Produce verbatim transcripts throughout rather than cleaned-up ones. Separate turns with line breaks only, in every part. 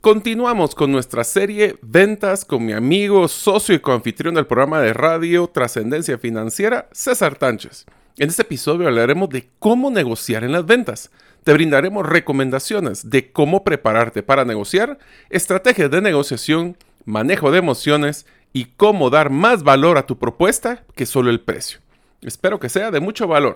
Continuamos con nuestra serie Ventas con mi amigo, socio y coanfitrión del programa de radio Trascendencia Financiera, César Tánchez. En este episodio hablaremos de cómo negociar en las ventas. Te brindaremos recomendaciones de cómo prepararte para negociar, estrategias de negociación, manejo de emociones y cómo dar más valor a tu propuesta que solo el precio. Espero que sea de mucho valor.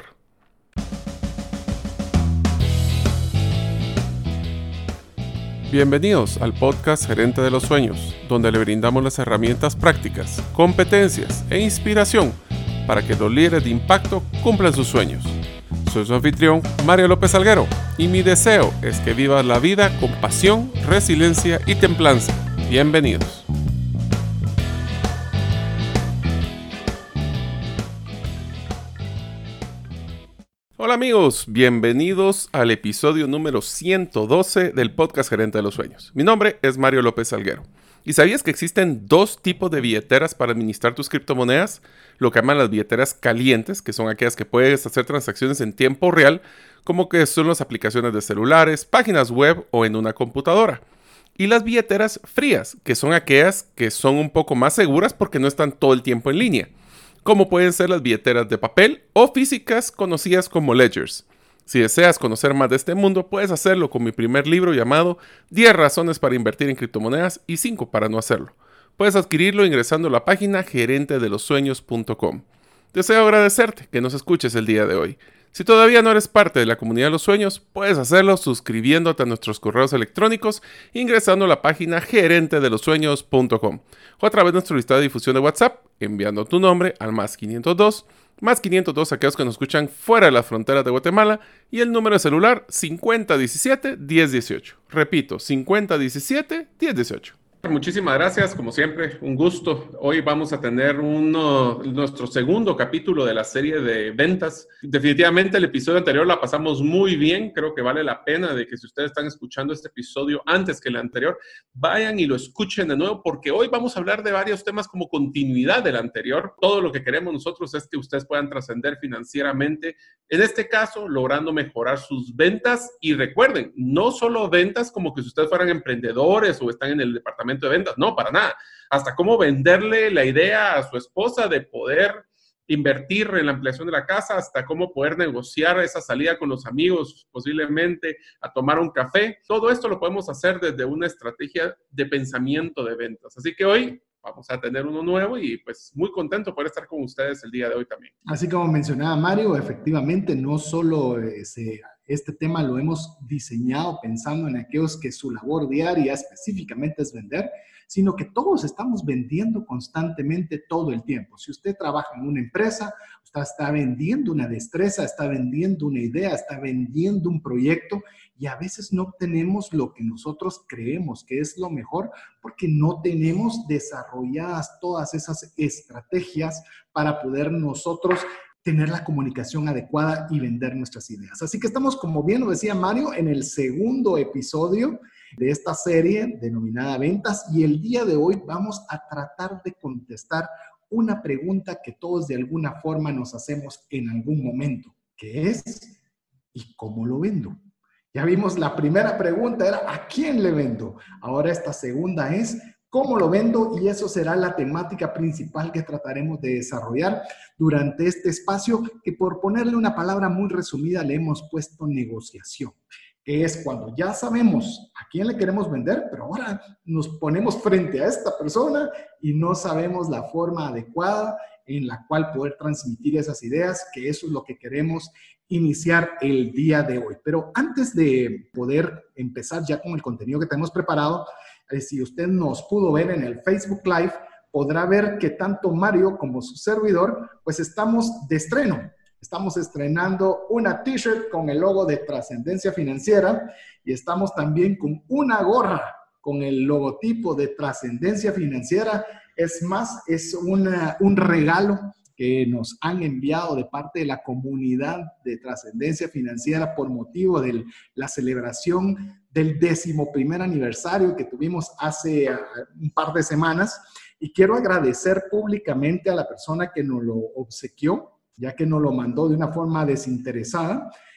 Bienvenidos al podcast Gerente de los Sueños, donde le brindamos las herramientas prácticas, competencias e inspiración para que los líderes de impacto cumplan sus sueños. Soy su anfitrión, Mario López Salguero, y mi deseo es que vivas la vida con pasión, resiliencia y templanza. Bienvenidos. Hola amigos, bienvenidos al episodio número ciento doce del podcast Gerente de los Sueños. Mi nombre es Mario López Salguero. ¿Y sabías que existen dos tipos de billeteras para administrar tus criptomonedas? Lo que llaman las billeteras calientes, que son aquellas que puedes hacer transacciones en tiempo real, como que son las aplicaciones de celulares, páginas web o en una computadora. Y las billeteras frías, que son aquellas que son un poco más seguras porque no están todo el tiempo en línea, como pueden ser las billeteras de papel o físicas conocidas como ledgers. Si deseas conocer más de este mundo, puedes hacerlo con mi primer libro llamado diez razones para invertir en criptomonedas y cinco para no hacerlo. Puedes adquirirlo ingresando a la página gerente de los sueños punto com. Deseo agradecerte que nos escuches el día de hoy. Si todavía no eres parte de la comunidad de los sueños, puedes hacerlo suscribiéndote a nuestros correos electrónicos ingresando a la página gerente de los sueños punto com o a través de nuestro listado de difusión de WhatsApp enviando tu nombre al más quinientos dos, más quinientos dos aquellos que nos escuchan fuera de las fronteras de Guatemala y el número de celular cincuenta diecisiete diez dieciocho. Repito, cincuenta diecisiete diez dieciocho. Muchísimas gracias, como siempre, un gusto. Hoy vamos a tener uno, nuestro segundo capítulo de la serie de ventas. Definitivamente el episodio anterior la pasamos muy bien, creo que vale la pena de que si ustedes están escuchando este episodio antes que el anterior, vayan y lo escuchen de nuevo porque hoy vamos a hablar de varios temas como continuidad del anterior. Todo lo que queremos nosotros es que ustedes puedan trascender financieramente, en este caso logrando mejorar sus ventas y recuerden, no solo ventas como que si ustedes fueran emprendedores o están en el departamento de ventas, no, para nada. Hasta cómo venderle la idea a su esposa de poder invertir en la ampliación de la casa, hasta cómo poder negociar esa salida con los amigos, posiblemente a tomar un café. Todo esto lo podemos hacer desde una estrategia de pensamiento de ventas. Así que hoy vamos a tener uno nuevo y pues muy contento por estar con ustedes el día de hoy también.
Así como mencionaba Mario, efectivamente no solo ese, este tema lo hemos diseñado pensando en aquellos que su labor diaria específicamente es vender, sino que todos estamos vendiendo constantemente todo el tiempo. Si usted trabaja en una empresa, usted está vendiendo una destreza, está vendiendo una idea, está vendiendo un proyecto y a veces no obtenemos lo que nosotros creemos que es lo mejor porque no tenemos desarrolladas todas esas estrategias para poder nosotros tener la comunicación adecuada y vender nuestras ideas. Así que estamos, como bien lo decía Mario, en el segundo episodio de esta serie denominada Ventas y el día de hoy vamos a tratar de contestar una pregunta que todos de alguna forma nos hacemos en algún momento, que es ¿y cómo lo vendo? Ya vimos la primera pregunta, era ¿a quién le vendo? Ahora esta segunda es ¿cómo lo vendo? Y eso será la temática principal que trataremos de desarrollar durante este espacio, que por ponerle una palabra muy resumida le hemos puesto negociación, que es cuando ya sabemos a quién le queremos vender, pero ahora nos ponemos frente a esta persona y no sabemos la forma adecuada en la cual poder transmitir esas ideas, que eso es lo que queremos iniciar el día de hoy. Pero antes de poder empezar ya con el contenido que tenemos preparado, eh, si usted nos pudo ver en el Facebook Live, podrá ver que tanto Mario como su servidor, pues estamos de estreno. Estamos estrenando una t-shirt con el logo de Trascendencia Financiera y estamos también con una gorra con el logotipo de Trascendencia Financiera. Es más, es una, un regalo que nos han enviado de parte de la comunidad de Trascendencia Financiera por motivo de la celebración del décimo primer aniversario que tuvimos hace un par de semanas. Y quiero agradecer públicamente a la persona que nos lo obsequió, ya que nos lo mandó de una forma desinteresada.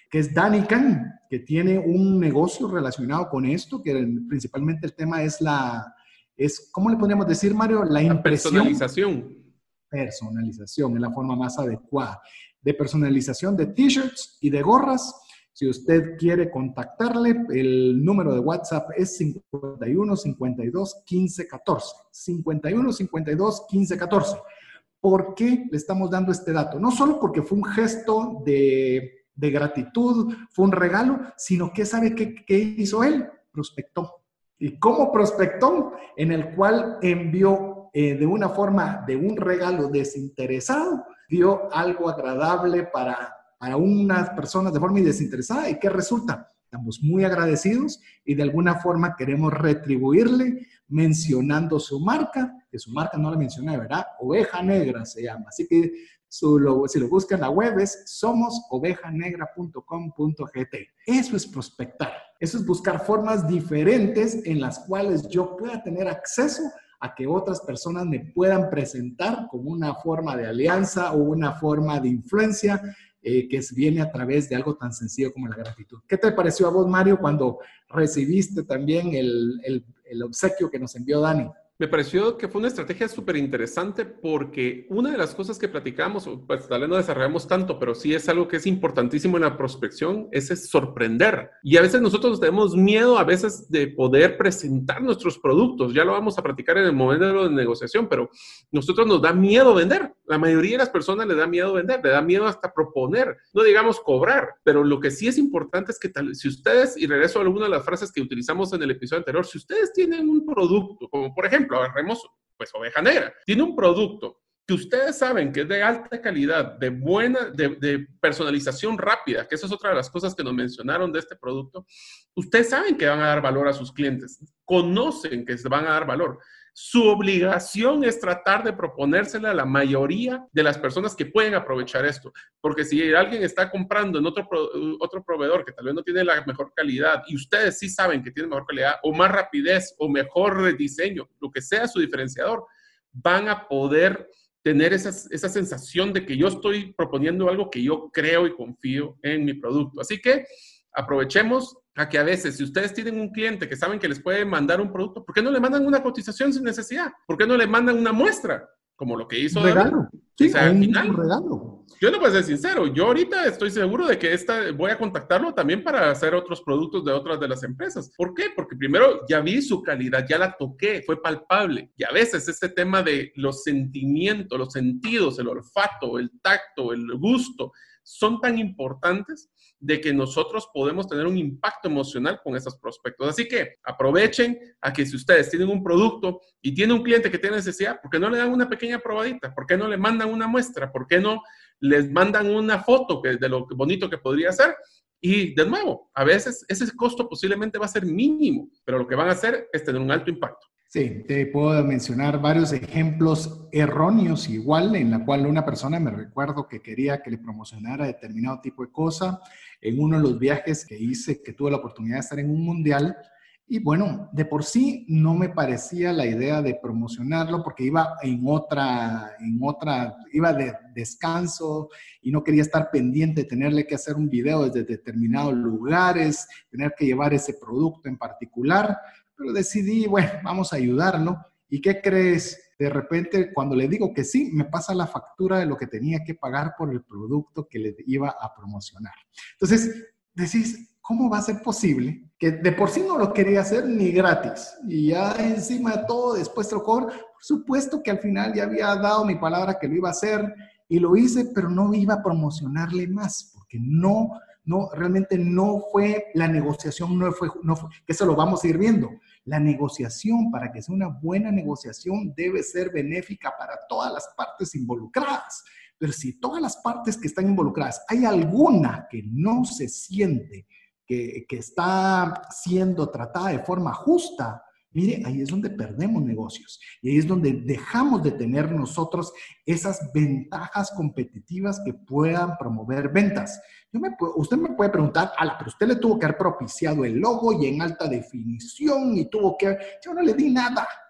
que es Danny Kang, que tiene un negocio relacionado con esto, que el, principalmente el tema es la, es, ¿cómo le podríamos decir, Mario? La
La
impresión.
personalización.
Personalización es la forma más adecuada. De personalización de t-shirts y de gorras. Si usted quiere contactarle, el número de WhatsApp es cincuenta y uno, cincuenta y dos, quince, catorce. cincuenta y uno, cincuenta y dos, quince, catorce. ¿Por qué le estamos dando este dato? No solo porque fue un gesto de, de gratitud, fue un regalo, sino que sabe qué, qué hizo él, prospectó. ¿Y cómo prospectó? En el cual envió eh, de una forma de un regalo desinteresado, dio algo agradable para, para unas personas de forma desinteresada. ¿Y qué resulta? Estamos muy agradecidos y de alguna forma queremos retribuirle mencionando su marca, que su marca no la mencioné, ¿verdad? Oveja Negra se llama. Así que su, lo, si lo buscan en la web es somos oveja negra punto com punto g t. Eso es prospectar. Eso es buscar formas diferentes en las cuales yo pueda tener acceso a que otras personas me puedan presentar como una forma de alianza o una forma de influencia eh, que viene a través de algo tan sencillo como la gratitud. ¿Qué te pareció a vos, Mario, cuando recibiste también el, el, el obsequio que nos envió Dani?
Me pareció que fue una estrategia súper interesante porque una de las cosas que platicamos, pues tal vez no desarrollamos tanto, pero sí es algo que es importantísimo en la prospección, es, es sorprender. Y a veces nosotros tenemos miedo a veces de poder presentar nuestros productos. Ya lo vamos a platicar en el momento de negociación, pero nosotros nos da miedo vender. La mayoría de las personas le da miedo vender, le da miedo hasta proponer, no digamos cobrar. Pero lo que sí es importante es que tal, si ustedes, y regreso a alguna de las frases que utilizamos en el episodio anterior, si ustedes tienen un producto, como por ejemplo, agarremos pues Oveja Negra, tiene un producto que ustedes saben que es de alta calidad, de buena, de, de personalización rápida, que esa es otra de las cosas que nos mencionaron de este producto, ustedes saben que van a dar valor a sus clientes, conocen que se van a dar valor. Su obligación es tratar de proponérsela a la mayoría de las personas que pueden aprovechar esto. Porque si alguien está comprando en otro, pro, otro proveedor que tal vez no tiene la mejor calidad y ustedes sí saben que tiene mejor calidad o más rapidez o mejor diseño, lo que sea su diferenciador, van a poder tener esa, esa sensación de que yo estoy proponiendo algo que yo creo y confío en mi producto. Así que aprovechemos a que a veces, si ustedes tienen un cliente que saben que les puede mandar un producto, ¿por qué no le mandan una cotización sin necesidad? ¿Por qué no le mandan una muestra? Como lo que hizo
un regalo.
David.
Sí,
o sea, al
un,
final,
un regalo.
Yo no puedo ser sincero, yo ahorita estoy seguro de que esta, voy a contactarlo también para hacer otros productos de otras de las empresas. ¿Por qué? Porque primero ya vi su calidad, ya la toqué, fue palpable. Y a veces este tema de los sentimientos, los sentidos, el olfato, el tacto, el gusto, son tan importantes de que nosotros podemos tener un impacto emocional con esos prospectos. Así que aprovechen a que si ustedes tienen un producto y tiene un cliente que tiene necesidad, ¿por qué no le dan una pequeña probadita? ¿Por qué no le mandan una muestra? ¿Por qué no les mandan una foto que, de lo bonito que podría ser? Y de nuevo, a veces ese costo posiblemente va a ser mínimo, pero lo que van a hacer es tener un alto impacto.
Sí, te puedo mencionar varios ejemplos erróneos igual, en la cual una persona me recuerdo que quería que le promocionara determinado tipo de cosa en uno de los viajes que hice, que tuve la oportunidad de estar en un mundial. Y bueno, de por sí no me parecía la idea de promocionarlo porque iba en otra, en otra, iba de descanso y no quería estar pendiente de tenerle que hacer un video desde determinados lugares, tener que llevar ese producto en particular. Pero decidí, bueno, vamos a ayudarlo. ¿Y qué crees? De repente, cuando le digo que sí, me pasa la factura de lo que tenía que pagar por el producto que le iba a promocionar. Entonces, decís, ¿cómo va a ser posible que de por sí no lo quería hacer ni gratis? Y ya encima de todo, después te lo cobro. Por supuesto que al final ya había dado mi palabra que lo iba a hacer y lo hice, pero no iba a promocionarle más, porque no... No, realmente no fue, la negociación no fue, no fue, que eso lo vamos a ir viendo. La negociación, para que sea una buena negociación, debe ser benéfica para todas las partes involucradas. Pero si todas las partes que están involucradas, hay alguna que no se siente que, que está siendo tratada de forma justa, mire, ahí es donde perdemos negocios. Y ahí es donde dejamos de tener nosotros esas ventajas competitivas que puedan promover ventas. Yo me, usted me puede preguntar, ala, pero usted le tuvo que haber propiciado el logo y en alta definición y tuvo que... Yo no le di nada.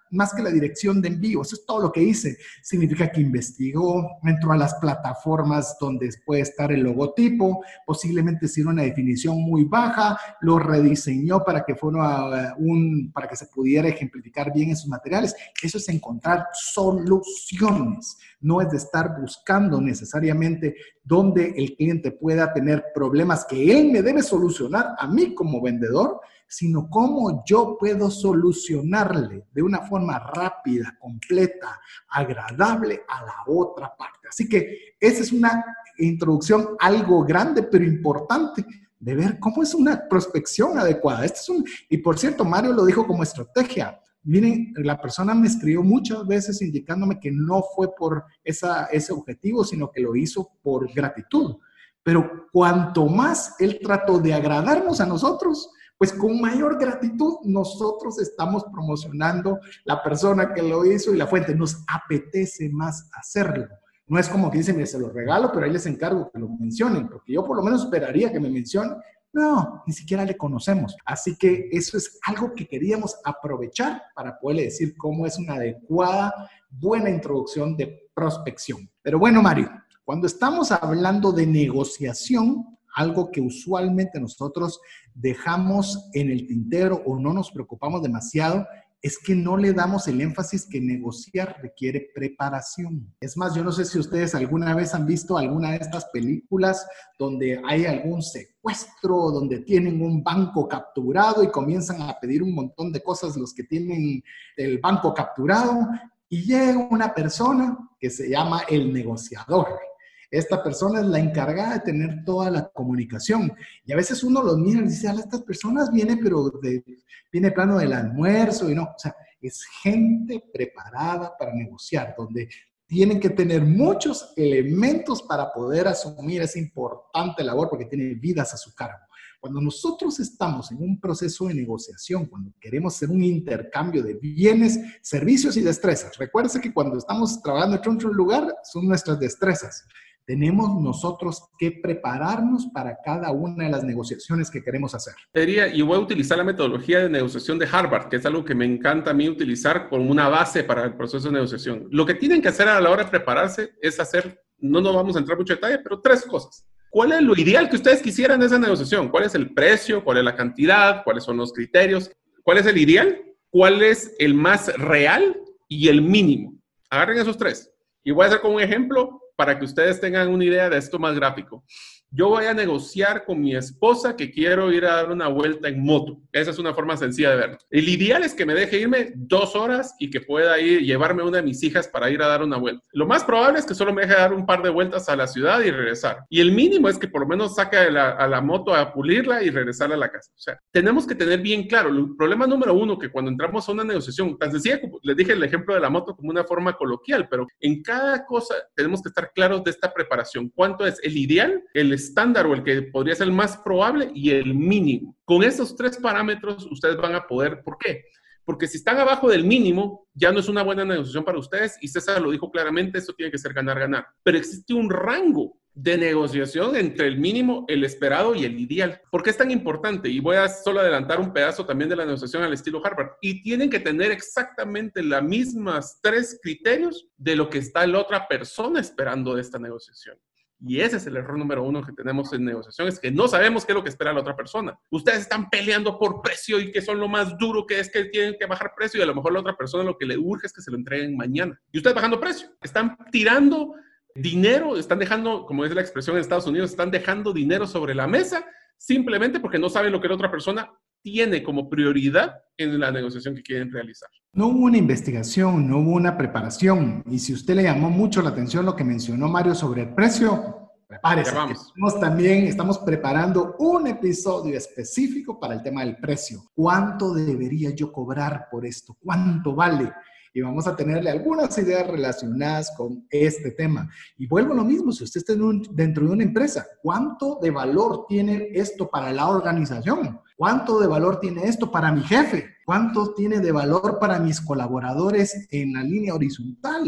más que la dirección de envío. Eso es todo lo que hice. Significa que investigó, entró a las plataformas donde puede estar el logotipo, posiblemente hicieron una definición muy baja, lo rediseñó para que fuera un, para que se pudiera ejemplificar bien esos materiales. Eso es encontrar soluciones. No es de estar buscando necesariamente donde el cliente pueda tener problemas que él me debe solucionar a mí como vendedor, sino cómo yo puedo solucionarle de una forma rápida, completa, agradable a la otra parte. Así que esa es una introducción algo grande, pero importante, de ver cómo es una prospección adecuada. Este es un, y por cierto, Mario lo dijo como estrategia. Miren, la persona me escribió muchas veces indicándome que no fue por esa, ese objetivo, sino que lo hizo por gratitud. Pero cuanto más él trató de agradarnos a nosotros, pues con mayor gratitud nosotros estamos promocionando la persona que lo hizo y la fuente. Nos apetece más hacerlo. No es como que dicen, mire, se los regalo, pero ahí les encargo que lo mencionen, porque yo por lo menos esperaría que me mencionen. No, ni siquiera le conocemos. Así que eso es algo que queríamos aprovechar para poderle decir cómo es una adecuada, buena introducción de prospección. Pero bueno, Mario, cuando estamos hablando de negociación, algo que usualmente nosotros dejamos en el tintero o no nos preocupamos demasiado, es que no le damos el énfasis que negociar requiere preparación. Es más, yo no sé si ustedes alguna vez han visto alguna de estas películas donde hay algún secuestro, donde tienen un banco capturado y comienzan a pedir un montón de cosas los que tienen el banco capturado y llega una persona que se llama el negociador. Esta persona es la encargada de tener toda la comunicación. Y a veces uno los mira y dice, a estas personas viene, pero de, viene plano del almuerzo y no. O sea, es gente preparada para negociar, donde tienen que tener muchos elementos para poder asumir esa importante labor porque tiene vidas a su cargo. Cuando nosotros estamos en un proceso de negociación, cuando queremos hacer un intercambio de bienes, servicios y destrezas, recuérdense que cuando estamos trabajando en otro lugar, son nuestras destrezas. Tenemos nosotros que prepararnos para cada una de las negociaciones que queremos hacer.
Y voy a utilizar la metodología de negociación de Harvard, que es algo que me encanta a mí utilizar como una base para el proceso de negociación. Lo que tienen que hacer a la hora de prepararse es hacer, no nos vamos a entrar mucho en detalle, pero tres cosas. ¿Cuál es lo ideal que ustedes quisieran en esa negociación? ¿Cuál es el precio? ¿Cuál es la cantidad? ¿Cuáles son los criterios? ¿Cuál es el ideal? ¿Cuál es el más real? Y el mínimo. Agarren esos tres. Y voy a hacer como un ejemplo para que ustedes tengan una idea de esto más gráfico. Yo voy a negociar con mi esposa que quiero ir a dar una vuelta en moto. Esa es una forma sencilla de verlo. El ideal es que me deje irme dos horas y que pueda ir, llevarme una de mis hijas para ir a dar una vuelta. Lo más probable es que solo me deje dar un par de vueltas a la ciudad y regresar. Y el mínimo es que por lo menos saque a la, a la moto a pulirla y regresar a la casa. O sea, tenemos que tener bien claro. El problema número uno, que cuando entramos a una negociación, tan sencilla, como les dije el ejemplo de la moto como una forma coloquial, pero en cada cosa tenemos que estar claros de esta preparación. ¿Cuánto es el ideal, el estándar o el que podría ser el más probable y el mínimo? Con esos tres parámetros ustedes van a poder. ¿Por qué? Porque si están abajo del mínimo, ya no es una buena negociación para ustedes, y César lo dijo claramente, esto tiene que ser ganar-ganar. Pero existe un rango de negociación entre el mínimo, el esperado y el ideal. ¿Por qué es tan importante? Y voy a solo adelantar un pedazo también de la negociación al estilo Harvard. Y tienen que tener exactamente las mismas tres criterios de lo que está la otra persona esperando de esta negociación. Y ese es el error número uno que tenemos en negociación, es que no sabemos qué es lo que espera la otra persona. Ustedes están peleando por precio y que son lo más duro que es que tienen que bajar precio, y a lo mejor la otra persona lo que le urge es que se lo entreguen mañana. Y ustedes bajando precio. Están tirando dinero, están dejando, como es la expresión en Estados Unidos, están dejando dinero sobre la mesa simplemente porque no saben lo que la otra persona tiene como prioridad en la negociación que quieren realizar.
No hubo una investigación, no hubo una preparación. Y si usted le llamó mucho la atención lo que mencionó Mario sobre el precio, prepárese. Estamos también estamos preparando un episodio específico para el tema del precio. ¿Cuánto debería yo cobrar por esto? ¿Cuánto vale? Y vamos a tenerle algunas ideas relacionadas con este tema. Y vuelvo a lo mismo, si usted está en un, dentro de una empresa, ¿cuánto de valor tiene esto para la organización? ¿Cuánto de valor tiene esto para mi jefe? ¿Cuánto tiene de valor para mis colaboradores en la línea horizontal?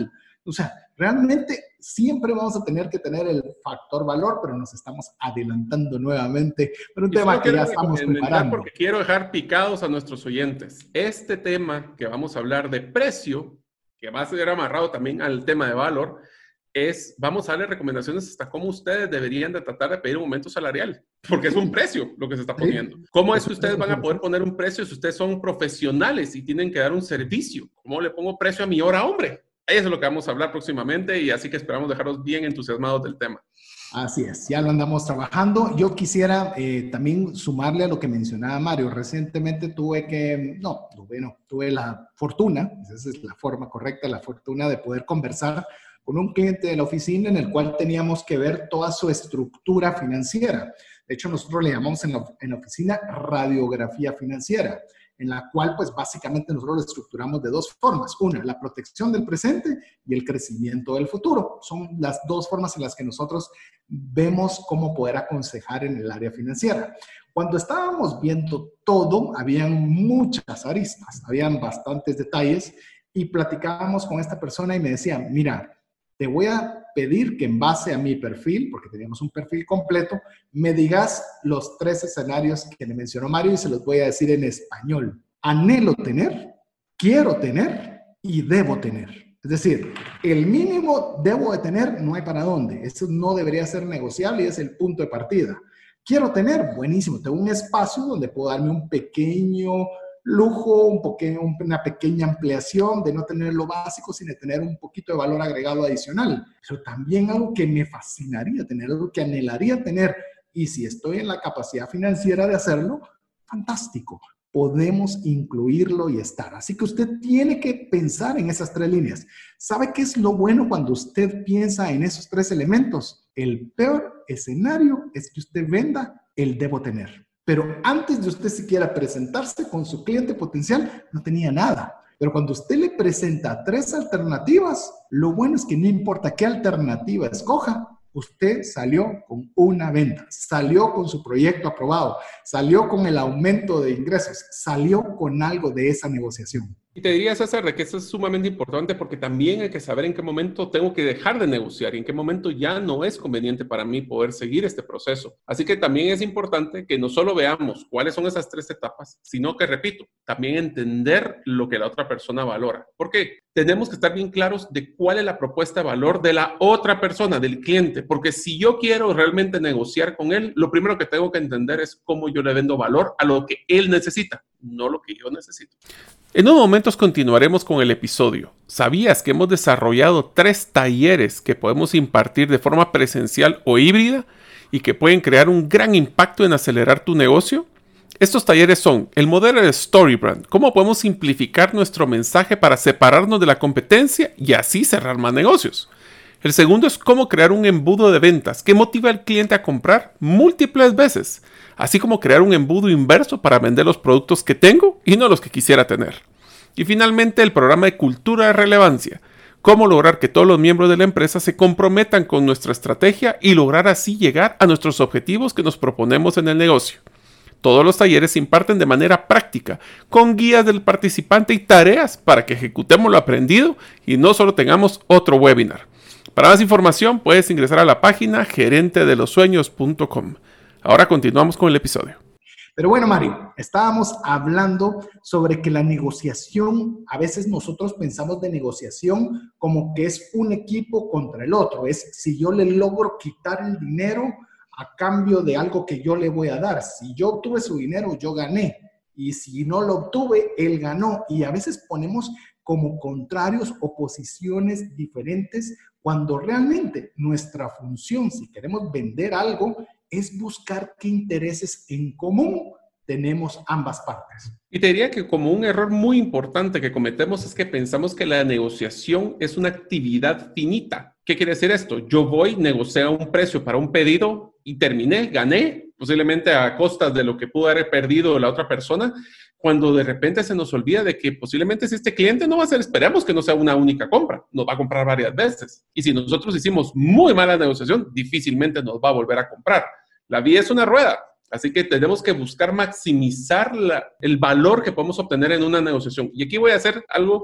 O sea, realmente siempre vamos a tener que tener el factor valor, pero nos estamos adelantando nuevamente por un
y
tema que ya
quiero
estamos preparando.
Porque quiero dejar picados a nuestros oyentes. Este tema que vamos a hablar de precio, que va a ser amarrado también al tema de valor, es, vamos a darle recomendaciones hasta cómo ustedes deberían de tratar de pedir un aumento salarial, porque es un precio lo que se está poniendo. ¿Cómo es que ustedes van a poder poner un precio si ustedes son profesionales y tienen que dar un servicio? ¿Cómo le pongo precio a mi hora, hombre? Eso es lo que vamos a hablar próximamente y así que esperamos dejarlos bien entusiasmados del tema.
Así es, ya lo andamos trabajando. Yo quisiera eh, también sumarle a lo que mencionaba Mario. Recientemente tuve que, no, bueno, tuve la fortuna, esa es la forma correcta, la fortuna de poder conversar con un cliente de la oficina en el cual teníamos que ver toda su estructura financiera. De hecho, nosotros le llamamos en la, en la oficina radiografía financiera, en la cual pues básicamente nosotros lo estructuramos de dos formas. Una, la protección del presente y el crecimiento del futuro. Son las dos formas en las que nosotros vemos cómo poder aconsejar en el área financiera. Cuando estábamos viendo todo, habían muchas aristas, habían bastantes detalles y platicábamos con esta persona y me decía, mira, te voy a pedir que en base a mi perfil, porque teníamos un perfil completo, me digas los tres escenarios que le mencionó Mario y se los voy a decir en español. Anhelo tener, quiero tener y debo tener. Es decir, el mínimo debo de tener, no hay para dónde. Eso no debería ser negociable y es el punto de partida. Quiero tener, buenísimo, tengo un espacio donde puedo darme un pequeño lujo, un pequeño, una pequeña ampliación de no tener lo básico, sino de tener un poquito de valor agregado adicional. Pero también algo que me fascinaría tener, algo que anhelaría tener, y si estoy en la capacidad financiera de hacerlo, fantástico. Podemos incluirlo y estar. Así que usted tiene que pensar en esas tres líneas. ¿Sabe qué es lo bueno cuando usted piensa en esos tres elementos? El peor escenario es que usted venda el debo tener. Pero antes de usted siquiera presentarse con su cliente potencial, no tenía nada. Pero cuando usted le presenta tres alternativas, lo bueno es que no importa qué alternativa escoja, usted salió con una venta, salió con su proyecto aprobado, salió con el aumento de ingresos, salió con algo de esa negociación.
Y te diría, César, que eso es sumamente importante porque también hay que saber en qué momento tengo que dejar de negociar y en qué momento ya no es conveniente para mí poder seguir este proceso. Así que también es importante que no solo veamos cuáles son esas tres etapas, sino que, repito, también entender lo que la otra persona valora. Porque tenemos que estar bien claros de cuál es la propuesta de valor de la otra persona, del cliente. Porque si yo quiero realmente negociar con él, lo primero que tengo que entender es cómo yo le vendo valor a lo que él necesita, no lo que yo necesito. En unos momentos continuaremos con el episodio. ¿Sabías que hemos desarrollado tres talleres que podemos impartir de forma presencial o híbrida y que pueden crear un gran impacto en acelerar tu negocio? Estos talleres son el modelo de StoryBrand, cómo podemos simplificar nuestro mensaje para separarnos de la competencia y así cerrar más negocios. El segundo es cómo crear un embudo de ventas que motiva al cliente a comprar múltiples veces, así como crear un embudo inverso para vender los productos que tengo y no los que quisiera tener. Y finalmente el programa de cultura de relevancia, cómo lograr que todos los miembros de la empresa se comprometan con nuestra estrategia y lograr así llegar a nuestros objetivos que nos proponemos en el negocio. Todos los talleres se imparten de manera práctica, con guías del participante y tareas para que ejecutemos lo aprendido y no solo tengamos otro webinar. Para más información puedes ingresar a la página gerente de los sueños punto com. Ahora continuamos con el episodio.
Pero bueno, Mario, estábamos hablando sobre que la negociación, a veces nosotros pensamos de negociación como que es un equipo contra el otro. Es si yo le logro quitar el dinero a cambio de algo que yo le voy a dar. Si yo obtuve su dinero, yo gané. Y si no lo obtuve, él ganó. Y a veces ponemos como contrarios o posiciones diferentes cuando realmente nuestra función, si queremos vender algo, es buscar qué intereses en común tenemos ambas partes.
Y te diría que como un error muy importante que cometemos es que pensamos que la negociación es una actividad finita. ¿Qué quiere decir esto? Yo voy, negocio un precio para un pedido y terminé, gané, posiblemente a costas de lo que pudo haber perdido la otra persona, cuando de repente se nos olvida de que posiblemente si este cliente no va a ser, esperemos que no sea una única compra, nos va a comprar varias veces. Y si nosotros hicimos muy mala negociación, difícilmente nos va a volver a comprar. La vida es una rueda, así que tenemos que buscar maximizar la, el valor que podemos obtener en una negociación. Y aquí voy a hacer algo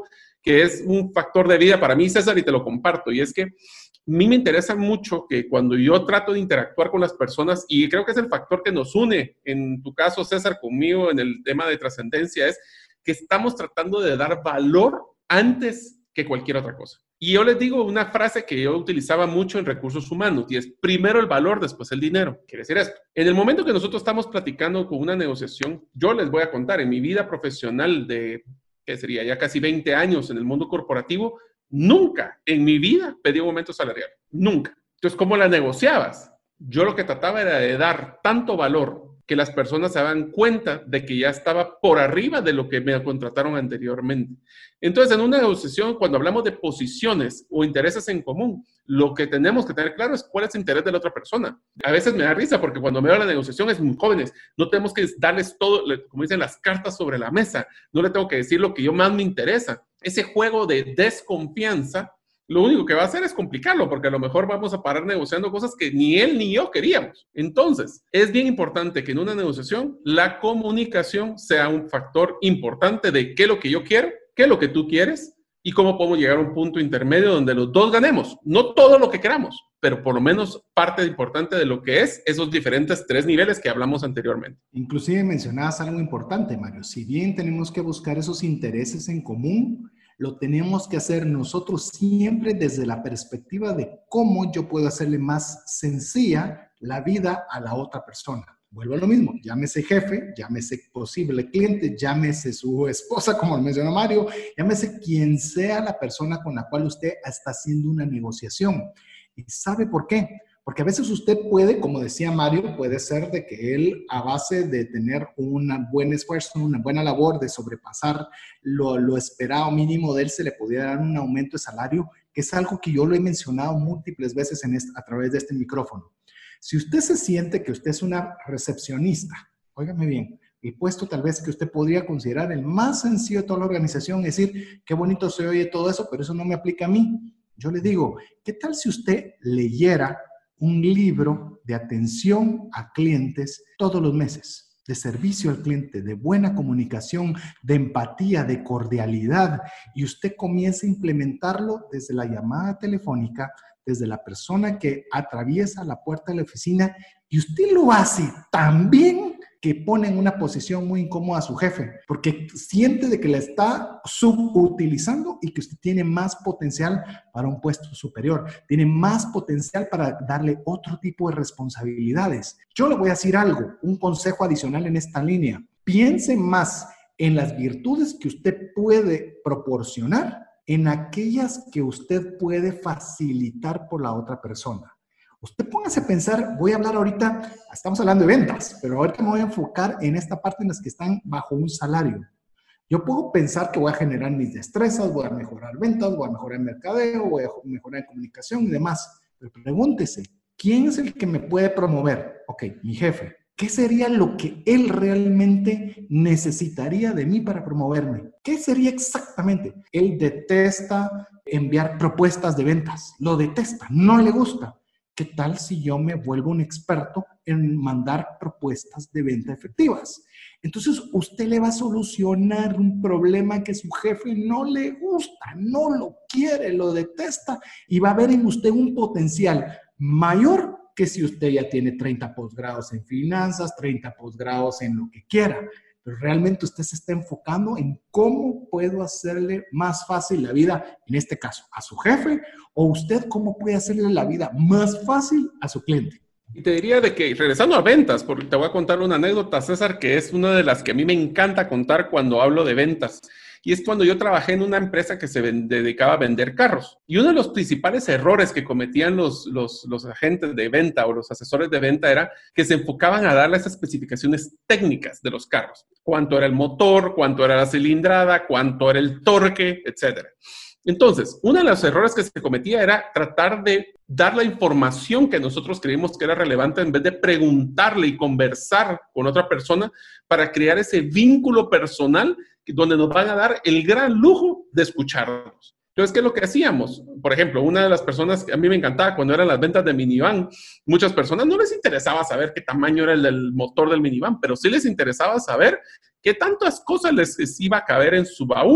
que es un factor de vida para mí, César, y te lo comparto, y es que a mí me interesa mucho que cuando yo trato de interactuar con las personas, y creo que es el factor que nos une, en tu caso, César, conmigo, en el tema de trascendencia, es que estamos tratando de dar valor antes que cualquier otra cosa. Y yo les digo una frase que yo utilizaba mucho en recursos humanos, y es primero el valor, después el dinero. Quiere decir esto. En el momento que nosotros estamos platicando con una negociación, yo les voy a contar, en mi vida profesional de, ¿qué sería? Ya casi veinte años en el mundo corporativo, nunca en mi vida pedí un aumento salarial. Nunca. Entonces, ¿cómo la negociabas? Yo lo que trataba era de dar tanto valor que las personas se daban cuenta de que ya estaba por arriba de lo que me contrataron anteriormente. Entonces, en una negociación, cuando hablamos de posiciones o intereses en común, lo que tenemos que tener claro es cuál es el interés de la otra persona. A veces me da risa porque cuando me veo la negociación es muy jóvenes. No tenemos que darles todo, como dicen, las cartas sobre la mesa. No le tengo que decir lo que yo más me interesa. Ese juego de desconfianza, lo único que va a hacer es complicarlo, porque a lo mejor vamos a parar negociando cosas que ni él ni yo queríamos. Entonces, es bien importante que en una negociación la comunicación sea un factor importante de qué es lo que yo quiero, qué es lo que tú quieres y cómo podemos llegar a un punto intermedio donde los dos ganemos. No todo lo que queramos, pero por lo menos parte importante de lo que es esos diferentes tres niveles que hablamos anteriormente.
Inclusive mencionabas algo importante, Mario. Si bien tenemos que buscar esos intereses en común, lo tenemos que hacer nosotros siempre desde la perspectiva de cómo yo puedo hacerle más sencilla la vida a la otra persona. Vuelvo a lo mismo, llámese jefe, llámese posible cliente, llámese su esposa, como lo mencionó Mario, llámese quien sea la persona con la cual usted está haciendo una negociación. ¿Y sabe por qué? Porque a veces usted puede, como decía Mario, puede ser de que él, a base de tener un buen esfuerzo, una buena labor de sobrepasar lo, lo esperado mínimo de él, se le pudiera dar un aumento de salario, que es algo que yo lo he mencionado múltiples veces en este, a través de este micrófono. Si usted se siente que usted es una recepcionista, óigame bien, el puesto tal vez que usted podría considerar el más sencillo de toda la organización, es decir, qué bonito se oye todo eso, pero eso no me aplica a mí. Yo le digo, ¿qué tal si usted leyera un libro de atención a clientes todos los meses, de servicio al cliente, de buena comunicación, de empatía, de cordialidad, y usted comienza a implementarlo desde la llamada telefónica, desde la persona que atraviesa la puerta de la oficina, y usted lo hace tan bien que pone en una posición muy incómoda a su jefe, porque siente de que la está subutilizando y que usted tiene más potencial para un puesto superior, tiene más potencial para darle otro tipo de responsabilidades. Yo le voy a decir algo, un consejo adicional en esta línea. Piense más en las virtudes que usted puede proporcionar, en aquellas que usted puede facilitar por la otra persona. Usted póngase a pensar, voy a hablar ahorita, estamos hablando de ventas, pero ahorita me voy a enfocar en esta parte en las que están bajo un salario. Yo puedo pensar que voy a generar mis destrezas, voy a mejorar ventas, voy a mejorar mercadeo, voy a mejorar comunicación y demás. Pero pregúntese, ¿quién es el que me puede promover? Ok, mi jefe. ¿Qué sería lo que él realmente necesitaría de mí para promoverme? ¿Qué sería exactamente? Él detesta enviar propuestas de ventas. Lo detesta, no le gusta. ¿Qué tal si yo me vuelvo un experto en mandar propuestas de venta efectivas? Entonces, usted le va a solucionar un problema que su jefe no le gusta, no lo quiere, lo detesta y va a ver en usted un potencial mayor que si usted ya tiene treinta posgrados en finanzas, treinta posgrados en lo que quiera. Pero realmente usted se está enfocando en cómo puedo hacerle más fácil la vida, en este caso, a su jefe, o usted cómo puede hacerle la vida más fácil a su cliente.
Y te diría de que, regresando a ventas, porque te voy a contar una anécdota, César, que es una de las que a mí me encanta contar cuando hablo de ventas. Y es cuando yo trabajé en una empresa que se dedicaba a vender carros. Y uno de los principales errores que cometían los, los, los agentes de venta o los asesores de venta era que se enfocaban a dar las especificaciones técnicas de los carros. Cuánto era el motor, cuánto era la cilindrada, cuánto era el torque, etcétera. Entonces, uno de los errores que se cometía era tratar de dar la información que nosotros creímos que era relevante en vez de preguntarle y conversar con otra persona para crear ese vínculo personal donde nos van a dar el gran lujo de escucharnos. Entonces, ¿qué es lo que hacíamos? Por ejemplo, una de las personas que a mí me encantaba cuando eran las ventas de minivan, muchas personas no les interesaba saber qué tamaño era el del motor del minivan, pero sí les interesaba saber qué tantas cosas les iba a caber en su baúl.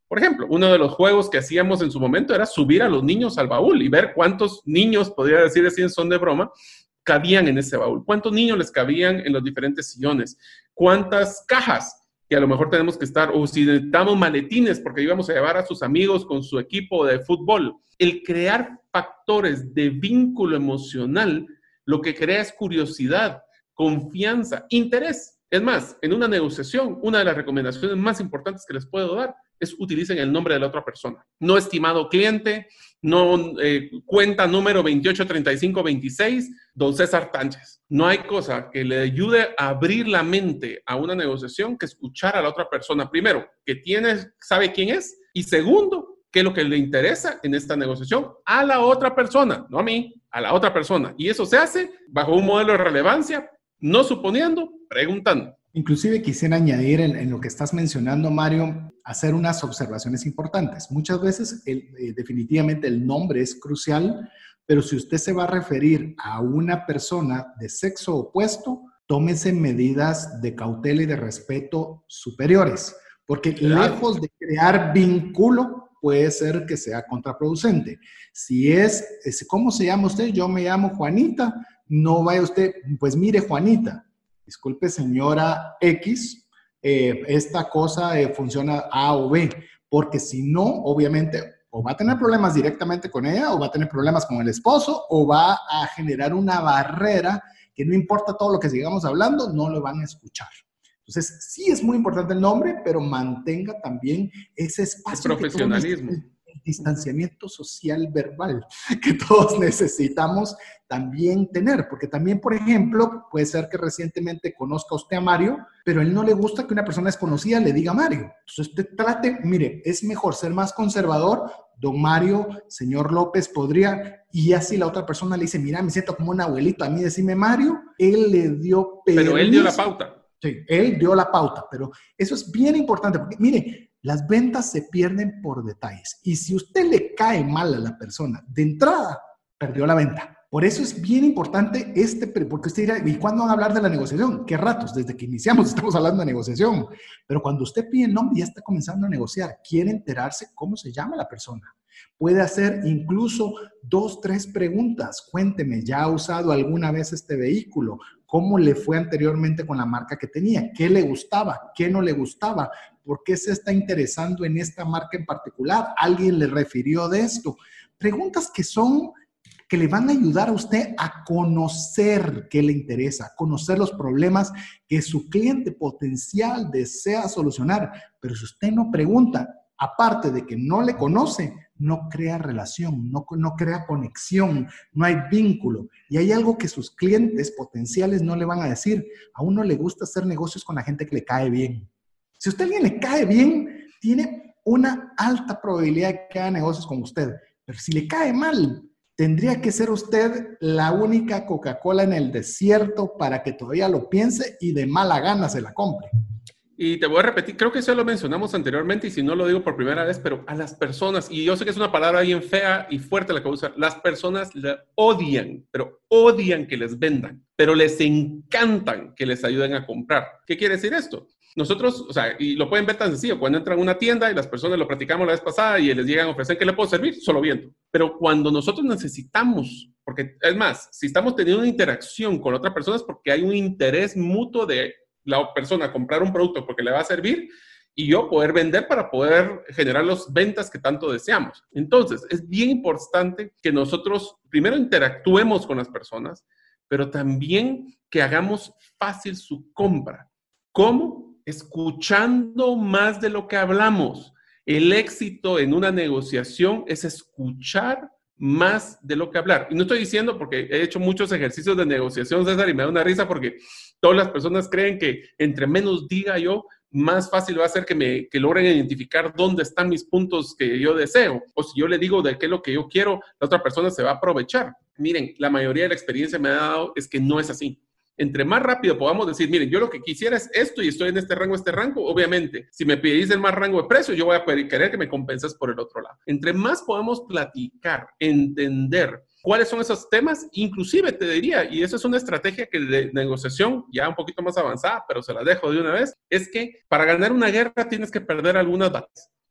Por ejemplo, uno de los juegos que hacíamos en su momento era subir a los niños al baúl y ver cuántos niños, podría decir así en son de broma, cabían en ese baúl. ¿Cuántos niños les cabían en los diferentes sillones? ¿Cuántas cajas que a lo mejor tenemos que estar? O si necesitamos maletines porque íbamos a llevar a sus amigos con su equipo de fútbol. El crear factores de vínculo emocional, lo que crea es curiosidad, confianza, interés. Es más, en una negociación, una de las recomendaciones más importantes que les puedo dar es utilicen el nombre de la otra persona. No estimado cliente, no eh, cuenta número veintiocho treinta y cinco veintiséis, don César Tánchez. No hay cosa que le ayude a abrir la mente a una negociación que escuchar a la otra persona. Primero, que tiene, sabe quién es. Y segundo, qué es lo que le interesa en esta negociación a la otra persona, no a mí, a la otra persona. Y eso se hace bajo un modelo de relevancia, no suponiendo, preguntando.
Inclusive quisiera añadir en, en lo que estás mencionando, Mario, hacer unas observaciones importantes. Muchas veces, el, eh, definitivamente, el nombre es crucial, pero si usted se va a referir a una persona de sexo opuesto, tómese medidas de cautela y de respeto superiores, porque claro, lejos de crear vínculo, puede ser que sea contraproducente. Si es, es, ¿cómo se llama usted? Yo me llamo Juanita. No vaya usted, pues mire, Juanita, disculpe, señora X, eh, esta cosa eh, funciona A o B, porque si no, obviamente, o va a tener problemas directamente con ella, o va a tener problemas con el esposo, o va a generar una barrera que no importa todo lo que sigamos hablando, no lo van a escuchar. Entonces, sí es muy importante el nombre, pero mantenga también ese espacio.
El profesionalismo.
Que el distanciamiento social verbal que todos necesitamos también tener, porque también, por ejemplo, puede ser que recientemente conozca usted a Mario, pero a él no le gusta que una persona desconocida le diga Mario. Entonces usted trate, mire, es mejor ser más conservador, don Mario, señor López, podría, y así la otra persona le dice, mira, me siento como un abuelito, a mí decime Mario, él le dio permiso.
Pero él dio la pauta.
Sí, él dio la pauta, pero eso es bien importante, porque mire, las ventas se pierden por detalles. Y si usted le cae mal a la persona, de entrada, perdió la venta. Por eso es bien importante este, porque usted dirá, ¿y cuándo van a hablar de la negociación? ¿Qué ratos? Desde que iniciamos estamos hablando de negociación. Pero cuando usted pide el nombre, ya está comenzando a negociar. Quiere enterarse cómo se llama la persona. Puede hacer incluso dos, tres preguntas. Cuénteme, ¿ya ha usado alguna vez este vehículo? ¿Cómo le fue anteriormente con la marca que tenía? ¿Qué le gustaba? ¿Qué no le gustaba? ¿Por qué se está interesando en esta marca en particular? ¿Alguien le refirió de esto? Preguntas que son, que le van a ayudar a usted a conocer qué le interesa, a conocer los problemas que su cliente potencial desea solucionar. Pero si usted no pregunta, aparte de que no le conoce, no crea relación, no, no crea conexión, no hay vínculo. Y hay algo que sus clientes potenciales no le van a decir. A uno le gusta hacer negocios con la gente que le cae bien. Si a usted a alguien le cae bien, tiene una alta probabilidad de que haga negocios con usted. Pero si le cae mal, tendría que ser usted la única Coca-Cola en el desierto para que todavía lo piense y de mala gana se la compre.
Y te voy a repetir, creo que eso lo mencionamos anteriormente y si no lo digo por primera vez, pero a las personas, y yo sé que es una palabra bien fea y fuerte la que voy a usar, las personas le odian, pero odian que les vendan, pero les encantan que les ayuden a comprar. ¿Qué quiere decir esto? Nosotros, o sea, y lo pueden ver tan sencillo, cuando entran a una tienda y las personas lo platicamos la vez pasada y les llegan a ofrecer, ¿qué le puedo servir? Solo viento. Pero cuando nosotros necesitamos, porque es más, si estamos teniendo una interacción con otra persona es porque hay un interés mutuo de la persona comprar un producto porque le va a servir y yo poder vender para poder generar las ventas que tanto deseamos. Entonces, es bien importante que nosotros primero interactuemos con las personas, pero también que hagamos fácil su compra. ¿Cómo? Escuchando más de lo que hablamos. El éxito en una negociación es escuchar más de lo que hablar. Y no estoy diciendo porque he hecho muchos ejercicios de negociación, César, y me da una risa porque todas las personas creen que entre menos diga yo, más fácil va a ser que, me, que logren identificar dónde están mis puntos que yo deseo. O si yo le digo de qué es lo que yo quiero, la otra persona se va a aprovechar. Miren, la mayoría de la experiencia me ha dado es que no es así. Entre más rápido podamos decir, miren, yo lo que quisiera es esto y estoy en este rango, este rango, obviamente, si me pedís el más rango de precio, yo voy a querer que me compenses por el otro lado. Entre más podamos platicar, entender cuáles son esos temas, inclusive te diría, y eso es una estrategia que de negociación ya un poquito más avanzada, pero se la dejo de una vez, es que para ganar una guerra tienes que perder algunas batallas.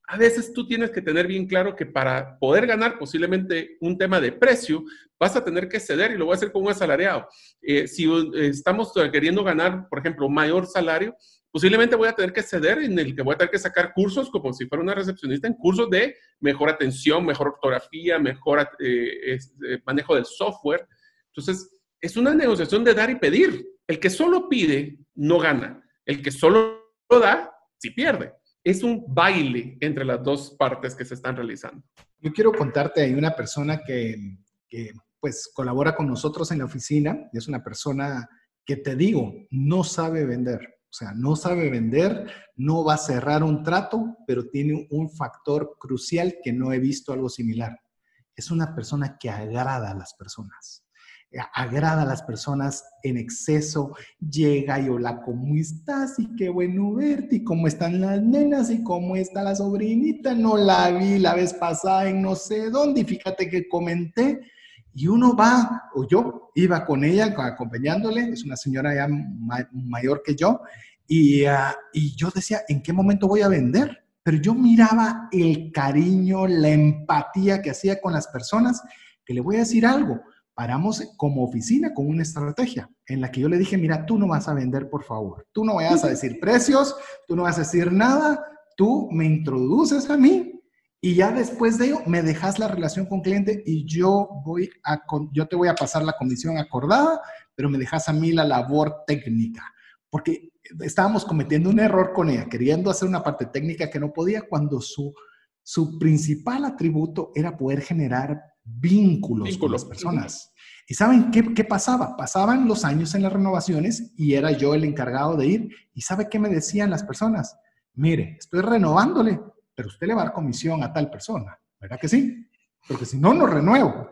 a veces tú tienes que tener bien claro que para poder ganar posiblemente un tema de precio, vas a tener que ceder, y lo voy a hacer con un asalariado. Eh, si eh, estamos queriendo ganar, por ejemplo, mayor salario, posiblemente voy a tener que ceder en el que voy a tener que sacar cursos como si fuera una recepcionista, en cursos de mejor atención, mejor ortografía, mejor eh, eh, manejo del software. Entonces, es una negociación de dar y pedir. El que solo pide no gana. El que solo da, sí pierde. Es un baile entre las dos partes que se están realizando.
Yo quiero contarte, hay una persona que, que pues colabora con nosotros en la oficina, y es una persona que, te digo, no sabe vender. O sea, no sabe vender, no va a cerrar un trato, pero tiene un factor crucial que no he visto algo similar. Es una persona que agrada a las personas. Agrada a las personas en exceso, llega y hola, ¿cómo estás? Y qué bueno verte, y cómo están las nenas, y cómo está la sobrinita, no la vi la vez pasada en no sé dónde, y fíjate que comenté, y uno va, o yo iba con ella, acompañándole, es una señora ya ma- mayor que yo, y, uh, y yo decía, ¿en qué momento voy a vender? Pero yo miraba el cariño, la empatía que hacía con las personas, que le voy a decir algo. Paramos como oficina con una estrategia en la que yo le dije, mira, tú no vas a vender, por favor. Tú no vayas a decir precios, tú no vas a decir nada, tú me introduces a mí y ya después de ello me dejas la relación con cliente y yo, voy a, yo te voy a pasar la comisión acordada, pero me dejas a mí la labor técnica. Porque estábamos cometiendo un error con ella, queriendo hacer una parte técnica que no podía, cuando su, su principal atributo era poder generar vínculos Vínculo. con las personas. ¿Y saben qué, qué pasaba? Pasaban los años en las renovaciones y era yo el encargado de ir. ¿Y sabe qué me decían las personas? Mire, estoy renovándole, pero usted le va a dar comisión a tal persona. ¿Verdad que sí? Porque si no, no renuevo.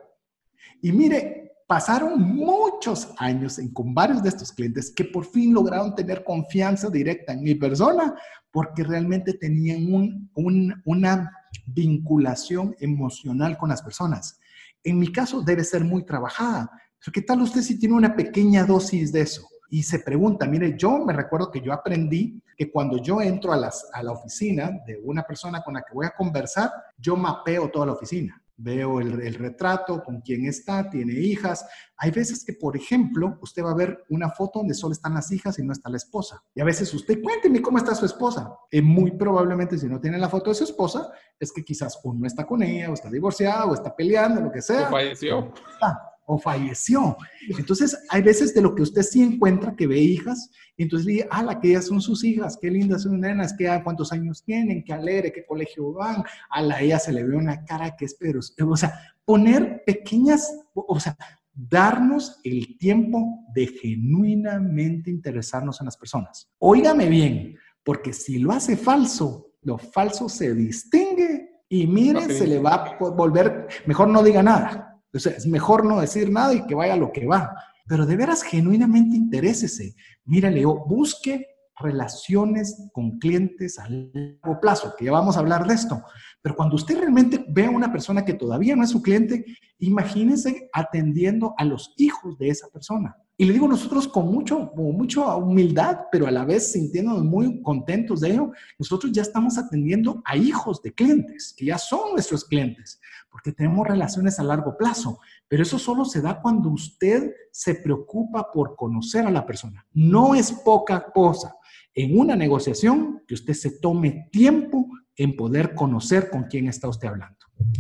Y mire, pasaron muchos años en, con varios de estos clientes que por fin lograron tener confianza directa en mi persona porque realmente tenían un, un, una vinculación emocional con las personas. En mi caso debe ser muy trabajada, pero ¿qué tal usted si tiene una pequeña dosis de eso? Y se pregunta, mire, yo me recuerdo que yo aprendí que cuando yo entro a, las, a la oficina de una persona con la que voy a conversar, yo mapeo toda la oficina. Veo el, el retrato, con quién está, tiene hijas. Hay veces que, por ejemplo, usted va a ver una foto donde solo están las hijas y no está la esposa. Y a veces usted, cuénteme cómo está su esposa. Y muy probablemente, si no tiene la foto de su esposa, es que quizás o no está con ella, o está divorciada, o está peleando, lo que sea.
O falleció.
Está, o falleció. Entonces, hay veces de lo que usted sí encuentra que ve hijas, y entonces le dice, ah, la que ellas son sus hijas, qué lindas son nenas, qué, cuántos años tienen, qué alegre, qué colegio van, a la ella se le ve una cara que es, pero, o sea, poner pequeñas, o sea, darnos el tiempo de genuinamente interesarnos en las personas. Óigame bien, porque si lo hace falso, lo falso se distingue y mire, se le va a volver, mejor no diga nada. O sea, es mejor no decir nada y que vaya lo que va. Pero de veras, genuinamente interésese. Mira, Leo, busque relaciones con clientes a largo plazo, que ya vamos a hablar de esto. Pero cuando usted realmente ve a una persona que todavía no es su cliente, imagínese atendiendo a los hijos de esa persona. Y le digo nosotros con mucho, con mucha humildad, pero a la vez sintiéndonos muy contentos de ello, nosotros ya estamos atendiendo a hijos de clientes, que ya son nuestros clientes, porque tenemos relaciones a largo plazo. Pero eso solo se da cuando usted se preocupa por conocer a la persona. No es poca cosa en una negociación que usted se tome tiempo en poder conocer con quién está usted hablando.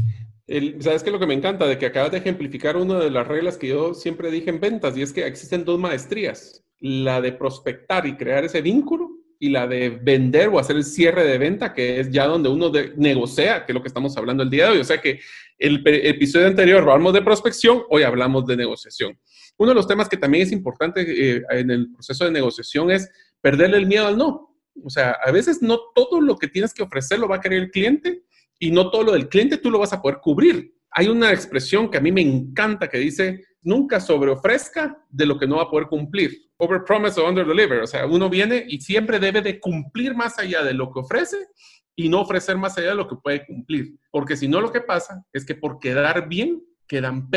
El, ¿Sabes qué es lo que me encanta? De que acabas de ejemplificar una de las reglas que yo siempre dije en ventas, y es que existen dos maestrías. La de prospectar y crear ese vínculo, y la de vender o hacer el cierre de venta, que es ya donde uno de, negocia, que es lo que estamos hablando el día de hoy. O sea que el, el episodio anterior hablamos de prospección, hoy hablamos de negociación. Uno de los temas que también es importante eh, en el proceso de negociación es perderle el miedo al no. O sea, a veces no todo lo que tienes que ofrecer lo va a querer el cliente, y no todo lo del cliente tú lo vas a poder cubrir. Hay una expresión que a mí me encanta que dice, nunca sobreofrezca de lo que no va a poder cumplir. Over promise or under deliver. O sea, uno viene y siempre debe de cumplir más allá de lo que ofrece y no ofrecer más allá de lo que puede cumplir. Porque si no, lo que pasa es que por quedar bien, quedan peor.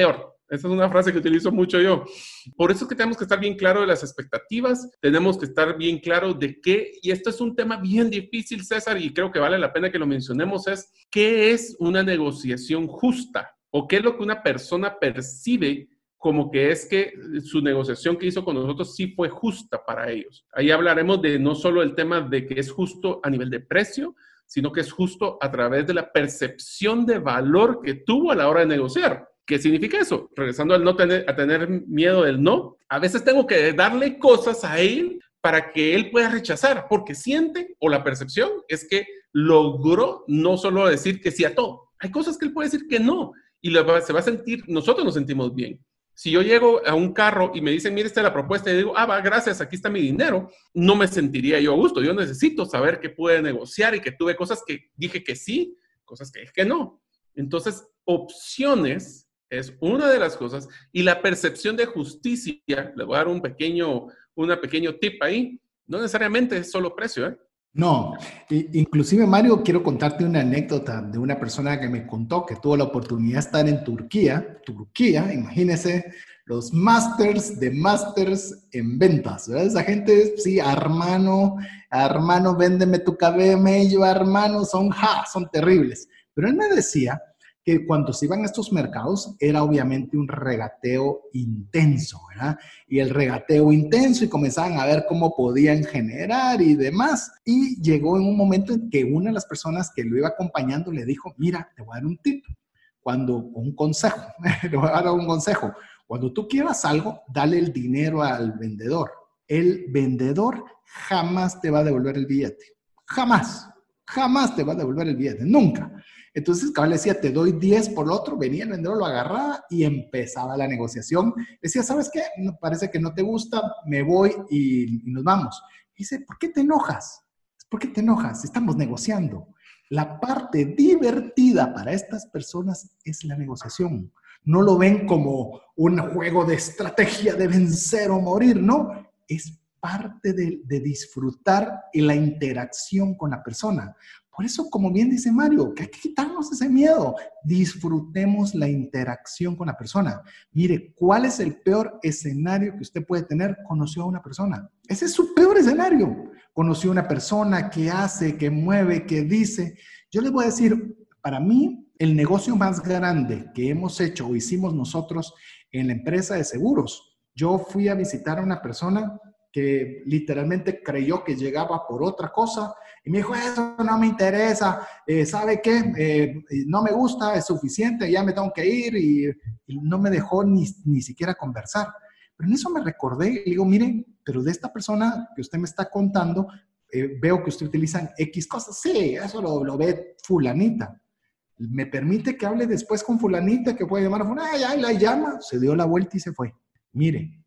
Esa es una frase que utilizo mucho yo. Por eso es que tenemos que estar bien claro de las expectativas, tenemos que estar bien claro de qué, y esto es un tema bien difícil, César, y creo que vale la pena que lo mencionemos, es qué es una negociación justa o qué es lo que una persona percibe como que es que su negociación que hizo con nosotros sí fue justa para ellos. Ahí hablaremos de no solo el tema de que es justo a nivel de precio, sino que es justo a través de la percepción de valor que tuvo a la hora de negociar. ¿Qué significa eso? Regresando al no tener, a tener miedo del no, a veces tengo que darle cosas a él para que él pueda rechazar, porque siente, o la percepción es que logró no solo decir que sí a todo. Hay cosas que él puede decir que no, y se va a sentir, nosotros nos sentimos bien. Si yo llego a un carro y me dicen, mire, esta es la propuesta, y digo, ah, va, gracias, aquí está mi dinero, no me sentiría yo a gusto. Yo necesito saber que pude negociar y que tuve cosas que dije que sí, cosas que dije que no. Entonces, opciones es una de las cosas, y la percepción de justicia, le voy a dar un pequeño, una pequeño tip ahí, no necesariamente es solo precio, ¿eh?
No, inclusive Mario, quiero contarte una anécdota de una persona que me contó que tuvo la oportunidad de estar en Turquía, Turquía, imagínense, los masters de masters en ventas, ¿verdad? Esa gente, sí, hermano, hermano, véndeme tu camello, hermano, son, ja, son terribles. Pero él me decía que cuando se iban a estos mercados era obviamente un regateo intenso, ¿verdad? Y el regateo intenso y comenzaban a ver cómo podían generar y demás. Y llegó en un momento en que una de las personas que lo iba acompañando le dijo, mira, te voy a dar un tip, cuando, un consejo, le voy a dar un consejo. Cuando tú quieras algo, dale el dinero al vendedor. El vendedor jamás te va a devolver el billete. Jamás, jamás te va a devolver el billete, nunca. Entonces, cabal decía, te doy diez por lo otro, venía el vendedor, lo agarraba y empezaba la negociación. Decía, ¿sabes qué? Parece que no te gusta, me voy y, y nos vamos. Dice, ¿por qué te enojas? ¿Por qué te enojas? Estamos negociando. La parte divertida para estas personas es la negociación. No lo ven como un juego de estrategia de vencer o morir, no. Es parte de, de disfrutar y la interacción con la persona. Por eso, como bien dice Mario, que hay que quitarnos ese miedo. Disfrutemos la interacción con la persona. Mire, ¿cuál es el peor escenario que usted puede tener? Conoció a una persona. Ese es su peor escenario. Conoció a una persona que hace, que mueve, que dice. Yo les voy a decir, para mí, el negocio más grande que hemos hecho o hicimos nosotros en la empresa de seguros. Yo fui a visitar a una persona que literalmente creyó que llegaba por otra cosa y me dijo, eso no me interesa, eh, ¿sabe qué? Eh, no me gusta, es suficiente, ya me tengo que ir y, y no me dejó ni, ni siquiera conversar. Pero en eso me recordé y digo, miren, pero de esta persona que usted me está contando, eh, veo que usted utiliza X cosas. Sí, eso lo, lo ve fulanita. Me permite que hable después con fulanita, que puede llamar a fulanita, ya la llama, se dio la vuelta y se fue. Mire,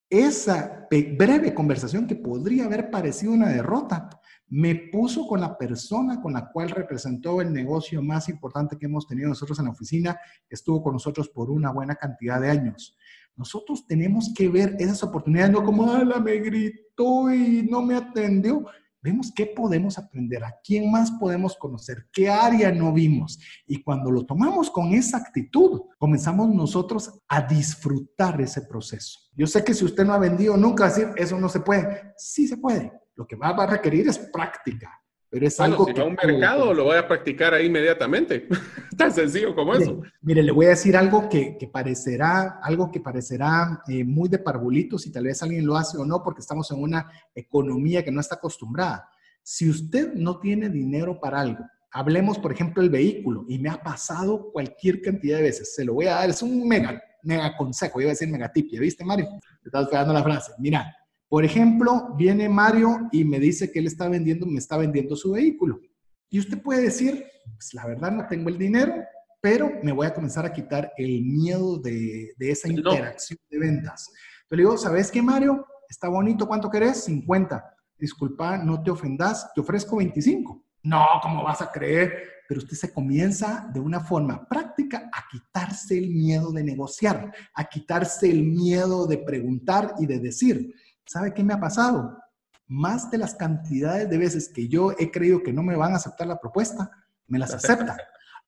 esa breve conversación que podría haber parecido una derrota, me puso con la persona con la cual representó el negocio más importante que hemos tenido nosotros en la oficina, que estuvo con nosotros por una buena cantidad de años. Nosotros tenemos que ver esas oportunidades, no como, ala, me gritó y no me atendió. Vemos qué podemos aprender, a quién más podemos conocer, qué área no vimos. Y cuando lo tomamos con esa actitud, comenzamos nosotros a disfrutar ese proceso. Yo sé que si usted no ha vendido nunca, va a decir, eso no se puede. Sí se puede. Lo que va a requerir es práctica. Pero es
bueno,
algo
si
que...
va a un mercado, lo voy a practicar ahí inmediatamente. Tan sencillo como
mire,
eso.
Mire, le voy a decir algo que, que parecerá, algo que parecerá eh, muy de parvulitos, y tal vez alguien lo hace o no, porque estamos en una economía que no está acostumbrada. Si usted no tiene dinero para algo, hablemos, por ejemplo, el vehículo, y me ha pasado cualquier cantidad de veces, se lo voy a dar, es un mega, mega consejo, iba a decir mega tip, ¿ya viste, Mario? Te estás pegando la frase. Mira, por ejemplo, viene Mario y me dice que él está vendiendo, me está vendiendo su vehículo. Y usted puede decir, pues la verdad no tengo el dinero, pero me voy a comenzar a quitar el miedo de, de esa interacción no. de ventas. Yo le digo, ¿sabes qué, Mario? Está bonito, ¿cuánto querés? cincuenta. Disculpa, no te ofendas, te ofrezco veinticinco. No, ¿cómo vas a creer? Pero usted se comienza de una forma práctica a quitarse el miedo de negociar, a quitarse el miedo de preguntar y de decir, ¿sabe qué me ha pasado? Más de las cantidades de veces que yo he creído que no me van a aceptar la propuesta, me las aceptan.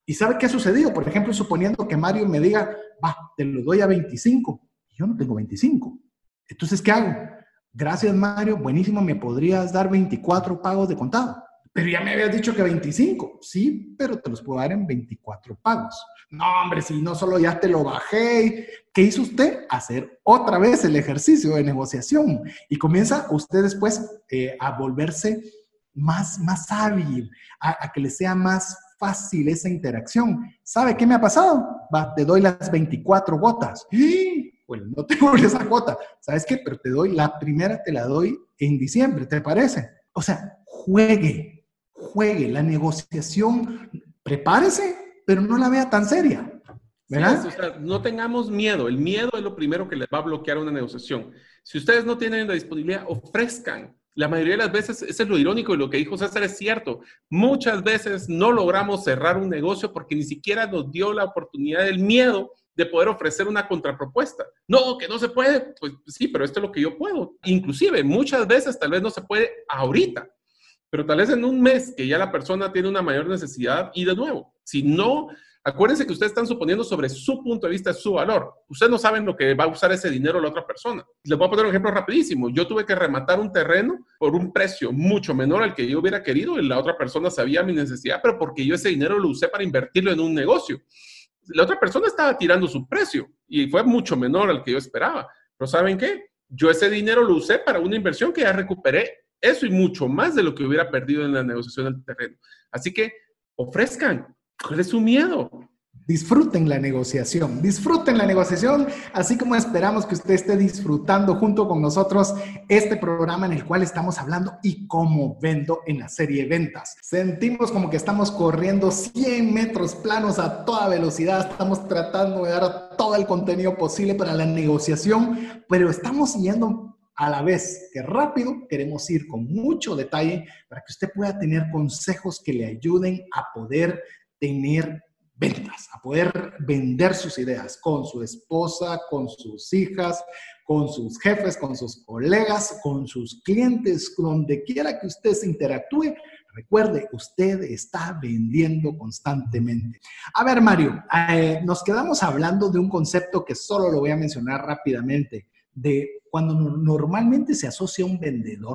¿Y sabe qué ha sucedido? Por ejemplo, suponiendo que Mario me diga, va, te lo doy a veinticinco. Yo no tengo veinticinco. Entonces, ¿qué hago? Gracias, Mario. Buenísimo, me podrías dar veinticuatro pagos de contado. Pero ya me habías dicho que veinticinco. Sí, pero te los puedo dar en veinticuatro pagos. No, hombre, si no solo ya te lo bajé. ¿Qué hizo usted? Hacer otra vez el ejercicio de negociación. Y comienza usted después eh, a volverse más, más hábil, a, a que le sea más fácil esa interacción. ¿Sabe qué me ha pasado? Va, te doy las veinticuatro gotas. ¡Y! Bueno, no tengo esa gota. ¿Sabes qué? Pero te doy, la primera te la doy en diciembre, ¿te parece? O sea, juegue, juegue. La negociación, prepárese, pero no la vea tan seria, ¿verdad?
Sí, es, o sea, no tengamos miedo. El miedo es lo primero que les va a bloquear una negociación. Si ustedes no tienen la disponibilidad, ofrezcan. La mayoría de las veces, eso es lo irónico y lo que dijo César es cierto. Muchas veces no logramos cerrar un negocio porque ni siquiera nos dio la oportunidad del miedo de poder ofrecer una contrapropuesta. No, que no se puede. Pues sí, pero esto es lo que yo puedo. Inclusive, muchas veces tal vez no se puede ahorita, pero tal vez en un mes que ya la persona tiene una mayor necesidad y de nuevo, si no... Acuérdense que ustedes están suponiendo sobre su punto de vista, su valor. Ustedes no saben lo que va a usar ese dinero la otra persona. Les voy a poner un ejemplo rapidísimo. Yo tuve que rematar un terreno por un precio mucho menor al que yo hubiera querido y la otra persona sabía mi necesidad, pero porque yo ese dinero lo usé para invertirlo en un negocio. La otra persona estaba tirando su precio y fue mucho menor al que yo esperaba. Pero ¿saben qué? Yo ese dinero lo usé para una inversión que ya recuperé eso y mucho más de lo que hubiera perdido en la negociación del terreno. Así que ofrezcan. ¿Cuál es su miedo?
Disfruten la negociación, disfruten la negociación, así como esperamos que usted esté disfrutando junto con nosotros este programa en el cual estamos hablando y cómo vendo en la serie Ventas. Sentimos como que estamos corriendo cien metros planos a toda velocidad, estamos tratando de dar todo el contenido posible para la negociación, pero estamos yendo a la vez que rápido, queremos ir con mucho detalle para que usted pueda tener consejos que le ayuden a poder tener ventas, a poder vender sus ideas con su esposa, con sus hijas, con sus jefes, con sus colegas, con sus clientes, donde quiera que usted se interactúe. Recuerde, usted está vendiendo constantemente. A ver, Mario, eh, nos quedamos hablando de un concepto que solo lo voy a mencionar rápidamente, de cuando no, normalmente se asocia a un vendedor.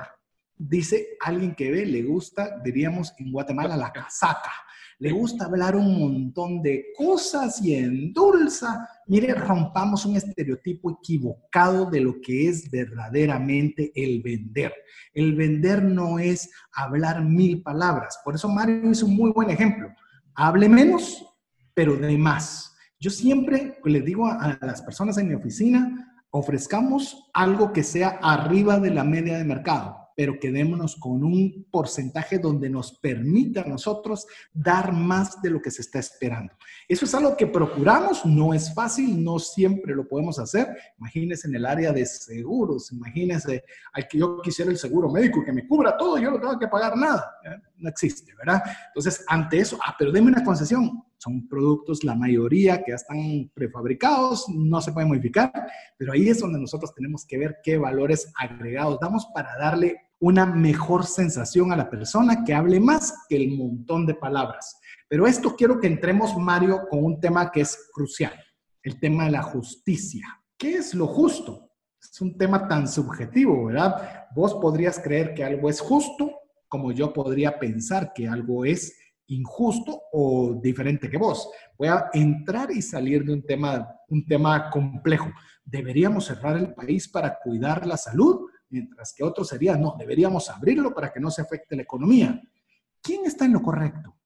Dice alguien que ve, le gusta, diríamos en Guatemala, la casaca. Le gusta hablar un montón de cosas y endulza. Mire, rompamos un estereotipo equivocado de lo que es verdaderamente el vender. El vender no es hablar mil palabras. Por eso Mario hizo un muy buen ejemplo. Hable menos, pero de más. Yo siempre les digo a las personas en mi oficina, ofrezcamos algo que sea arriba de la media de mercado, pero quedémonos con un porcentaje donde nos permita a nosotros dar más de lo que se está esperando. Eso es algo que procuramos, no es fácil, no siempre lo podemos hacer. Imagínense en el área de seguros, imagínense al que yo quisiera el seguro médico que me cubra todo, yo no tengo que pagar nada. No existe, ¿verdad? Entonces, ante eso, ah, pero deme una concesión. Son productos, la mayoría, que ya están prefabricados, no se pueden modificar, pero ahí es donde nosotros tenemos que ver qué valores agregados damos para darle una mejor sensación a la persona que hable más que el montón de palabras. Pero esto quiero que entremos, Mario, con un tema que es crucial, el tema de la justicia. ¿Qué es lo justo? Es un tema tan subjetivo, ¿verdad? Vos podrías creer que algo es justo, como yo podría pensar que algo es injusto o diferente que vos. Voy a entrar y salir de un tema, un tema complejo. ¿Deberíamos cerrar el país para cuidar la salud? Mientras que otro sería, no, deberíamos abrirlo para que no se afecte la economía. ¿Quién está en lo correcto?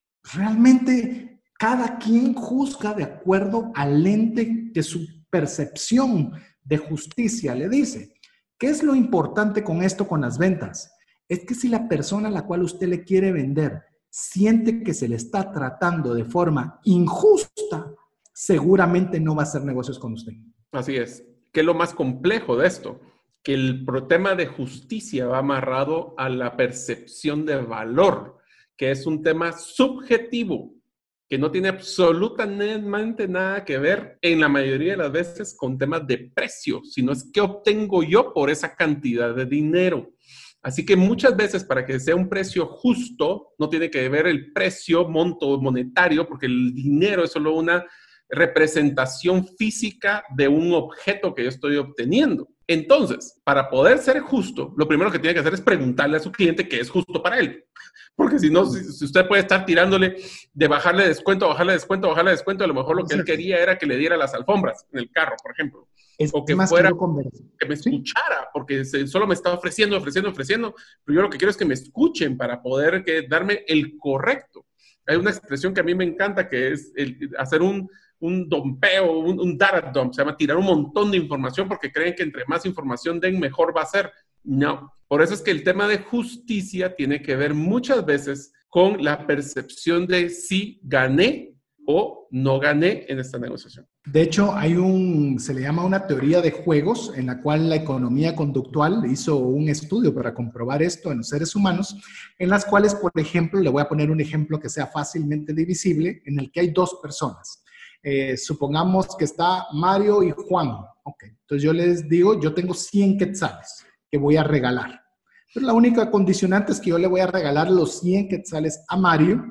Realmente cada quien juzga de acuerdo al lente que su percepción de justicia le dice. ¿Qué es lo importante con esto, con las ventas? Es que si la persona a la cual usted le quiere vender siente que se le está tratando de forma injusta, seguramente no va a hacer negocios con usted.
Así es. ¿Qué es lo más complejo de esto? Que el tema de justicia va amarrado a la percepción de valor, que es un tema subjetivo, que no tiene absolutamente nada que ver en la mayoría de las veces con temas de precio, sino es qué obtengo yo por esa cantidad de dinero. Así que muchas veces para que sea un precio justo, no tiene que ver el precio, monto monetario, porque el dinero es solo una representación física de un objeto que yo estoy obteniendo. Entonces, para poder ser justo, lo primero que tiene que hacer es preguntarle a su cliente qué es justo para él. Porque si no, si, si usted puede estar tirándole de bajarle descuento, bajarle descuento, bajarle descuento, a lo mejor lo que él quería era que le diera las alfombras en el carro, por ejemplo.
Es
o que
más
fuera,
que,
que me escuchara, ¿sí? Porque se, solo me está ofreciendo, ofreciendo, ofreciendo, pero yo lo que quiero es que me escuchen para poder que, darme el correcto. Hay una expresión que a mí me encanta, que es el, hacer un, un dompeo, un, un data dump, se llama tirar un montón de información porque creen que entre más información den, mejor va a ser. No, por eso es que el tema de justicia tiene que ver muchas veces con la percepción de si gané o no gané en esta negociación.
De hecho, hay un, se le llama una teoría de juegos en la cual la economía conductual hizo un estudio para comprobar esto en los seres humanos, en las cuales, por ejemplo, le voy a poner un ejemplo que sea fácilmente divisible, en el que hay dos personas. Eh, supongamos que está Mario y Juan. Ok, entonces yo les digo, yo tengo cien quetzales que voy a regalar. Pero la única condicionante es que yo le voy a regalar los cien quetzales a Mario,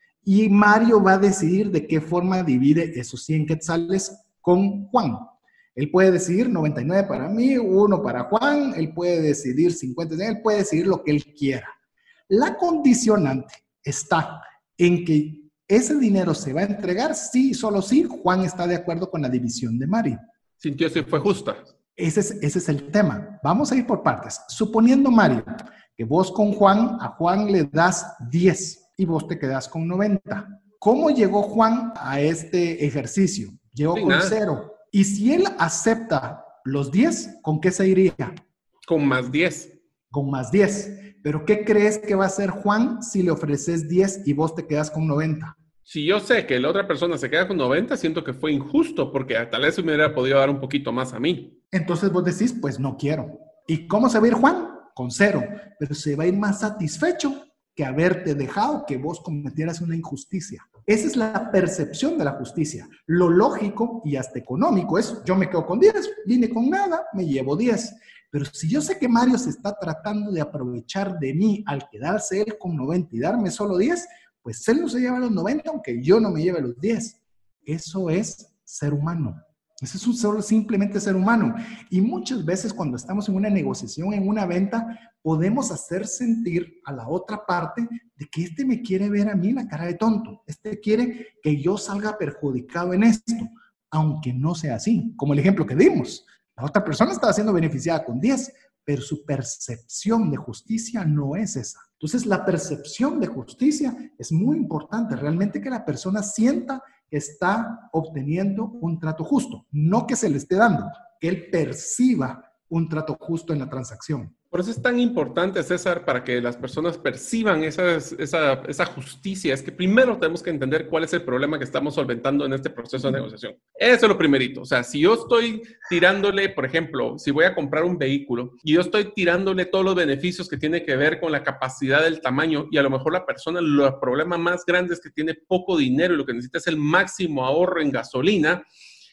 y Mario va a decidir de qué forma divide esos cien quetzales con Juan. Él puede decidir noventa y nueve para mí, uno para Juan, él puede decidir cincuenta, él puede decidir lo que él quiera. La condicionante está en que ese dinero se va a entregar si, solo si Juan está de acuerdo con la división de Mario.
Sintió si fue justa.
Ese es, ese es el tema. Vamos a ir por partes. Suponiendo, Mario, que vos con Juan, a Juan le das diez. Y vos te quedás con noventa. ¿Cómo llegó Juan a este ejercicio? Llegó sí, con nada. Cero. Y si él acepta los diez, ¿con qué se iría?
Con más diez.
Con más diez. Pero ¿qué crees que va a hacer Juan si le ofreces diez y vos te quedas con noventa?
Si yo sé que la otra persona se queda con noventa, siento que fue injusto porque tal vez me hubiera podido dar un poquito más a mí.
Entonces vos decís, pues no quiero. ¿Y cómo se va a ir Juan? Con cero. Pero se va a ir más satisfecho que haberte dejado que vos cometieras una injusticia. Esa es la percepción de la justicia. Lo lógico y hasta económico es, yo me quedo con diez, vine con nada, me llevo diez. Pero si yo sé que Mario se está tratando de aprovechar de mí al quedarse él con noventa y darme solo diez, pues él no se lleva los noventa, aunque yo no me lleve los diez. Eso es ser humano. Eso es un solo, simplemente ser humano. Y muchas veces cuando estamos en una negociación, en una venta, podemos hacer sentir a la otra parte de que este me quiere ver a mí la cara de tonto. Este quiere que yo salga perjudicado en esto, aunque no sea así. Como el ejemplo que dimos. La otra persona estaba siendo beneficiada con diez, pero su percepción de justicia no es esa. Entonces, la percepción de justicia es muy importante. Realmente que la persona sienta que está obteniendo un trato justo. No que se le esté dando, que él perciba un trato justo en la transacción.
Por eso es tan importante, César, para que las personas perciban esa, esa, esa justicia. Es que primero tenemos que entender cuál es el problema que estamos solventando en este proceso de negociación. Eso es lo primerito. O sea, si yo estoy tirándole, por ejemplo, si voy a comprar un vehículo y yo estoy tirándole todos los beneficios que tiene que ver con la capacidad del tamaño y a lo mejor la persona, el problema más grande es que tiene poco dinero y lo que necesita es el máximo ahorro en gasolina,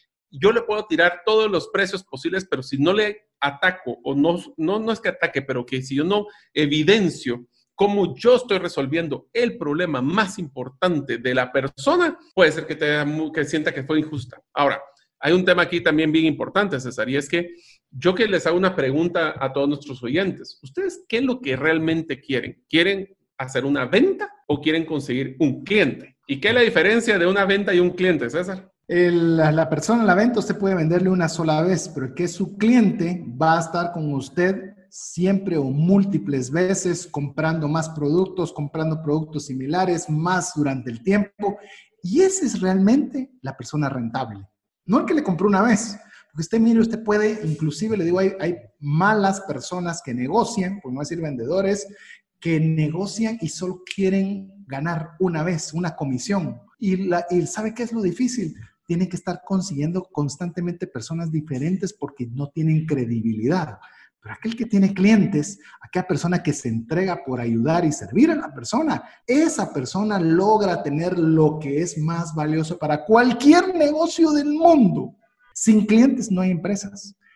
yo le puedo tirar todos los precios posibles, pero si no le ataco, o no, no, no es que ataque, pero que si yo no evidencio cómo yo estoy resolviendo el problema más importante de la persona, puede ser que, te, que sienta que fue injusta. Ahora, hay un tema aquí también bien importante, César, y es que yo que les hago una pregunta a todos nuestros oyentes. ¿Ustedes qué es lo que realmente quieren? ¿Quieren hacer una venta o quieren conseguir un cliente? ¿Y qué es la diferencia de una venta y un cliente, César?
El, la persona en la venta usted puede venderle una sola vez, pero el que su cliente va a estar con usted siempre o múltiples veces comprando más productos, comprando productos similares, más durante el tiempo. Y esa es realmente la persona rentable. No el que le compró una vez. Porque usted, mire, usted puede, inclusive le digo, hay, hay malas personas que negocian, por no decir vendedores, que negocian y solo quieren ganar una vez, una comisión. Y, la, y ¿sabe qué es lo difícil? Tienen que estar consiguiendo constantemente personas diferentes porque no tienen credibilidad. Pero aquel que tiene clientes, aquella persona que se entrega por ayudar y servir a la persona, esa persona logra tener lo que es más valioso para cualquier negocio del mundo. Sin clientes no hay empresas.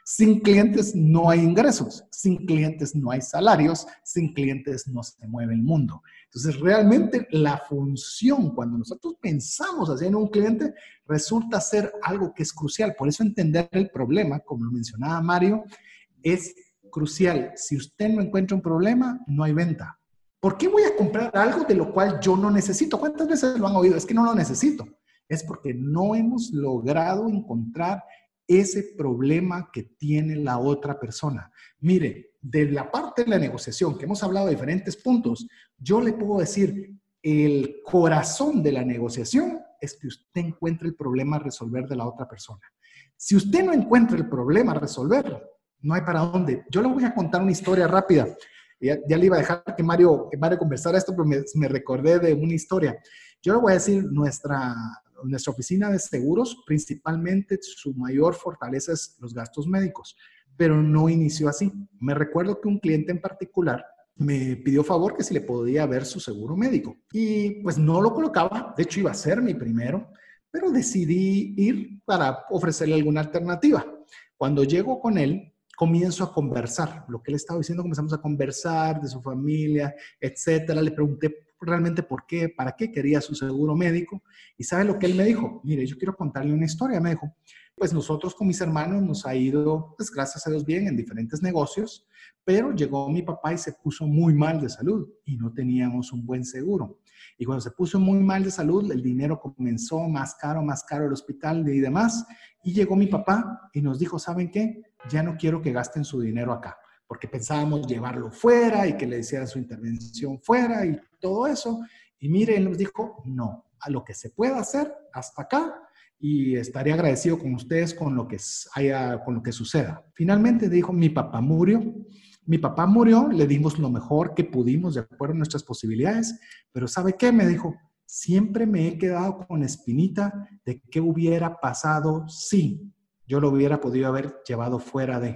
Sin clientes no hay ingresos, sin clientes no hay salarios, sin clientes no se mueve el mundo. Entonces, realmente la función, cuando nosotros pensamos así en un cliente, resulta ser algo que es crucial. Por eso entender el problema, como lo mencionaba Mario, es crucial. Si usted no encuentra un problema, no hay venta. ¿Por qué voy a comprar algo de lo cual yo no necesito? ¿Cuántas veces lo han oído? Es que no lo necesito. Es porque no hemos logrado encontrar ese problema que tiene la otra persona. Mire, de la parte de la negociación, que hemos hablado de diferentes puntos, yo le puedo decir, el corazón de la negociación es que usted encuentre el problema a resolver de la otra persona. Si usted no encuentra el problema a resolver, no hay para dónde. Yo le voy a contar una historia rápida. Ya, ya le iba a dejar que Mario, que Mario conversara esto, pero me, me recordé de una historia. Yo le voy a decir, nuestra... Nuestra oficina de seguros, principalmente su mayor fortaleza es los gastos médicos, pero no inició así. Me recuerdo que un cliente en particular me pidió favor que si le podía ver su seguro médico y pues no lo colocaba, de hecho iba a ser mi primero, pero decidí ir para ofrecerle alguna alternativa. Cuando llego con él, comienzo a conversar, lo que él estaba diciendo, comenzamos a conversar de su familia, etcétera. Le pregunté realmente por qué, para qué quería su seguro médico. Y ¿sabe lo que él me dijo? Mire, yo quiero contarle una historia. Me dijo, pues nosotros con mis hermanos nos ha ido, pues gracias a Dios, bien en diferentes negocios, pero llegó mi papá y se puso muy mal de salud y no teníamos un buen seguro. Y cuando se puso muy mal de salud, el dinero comenzó más caro, más caro el hospital y demás. Y llegó mi papá y nos dijo, ¿saben qué? Ya no quiero que gasten su dinero acá, porque pensábamos llevarlo fuera y que le hicieran su intervención fuera y todo eso. Y mire, él nos dijo, no, a lo que se pueda hacer hasta acá y estaré agradecido con ustedes con lo que haya, con lo que suceda. Finalmente dijo, mi papá murió. Mi papá murió, le dimos lo mejor que pudimos de acuerdo a nuestras posibilidades, pero ¿sabe qué? Me dijo, siempre me he quedado con la espinita de qué hubiera pasado si yo lo hubiera podido haber llevado fuera de.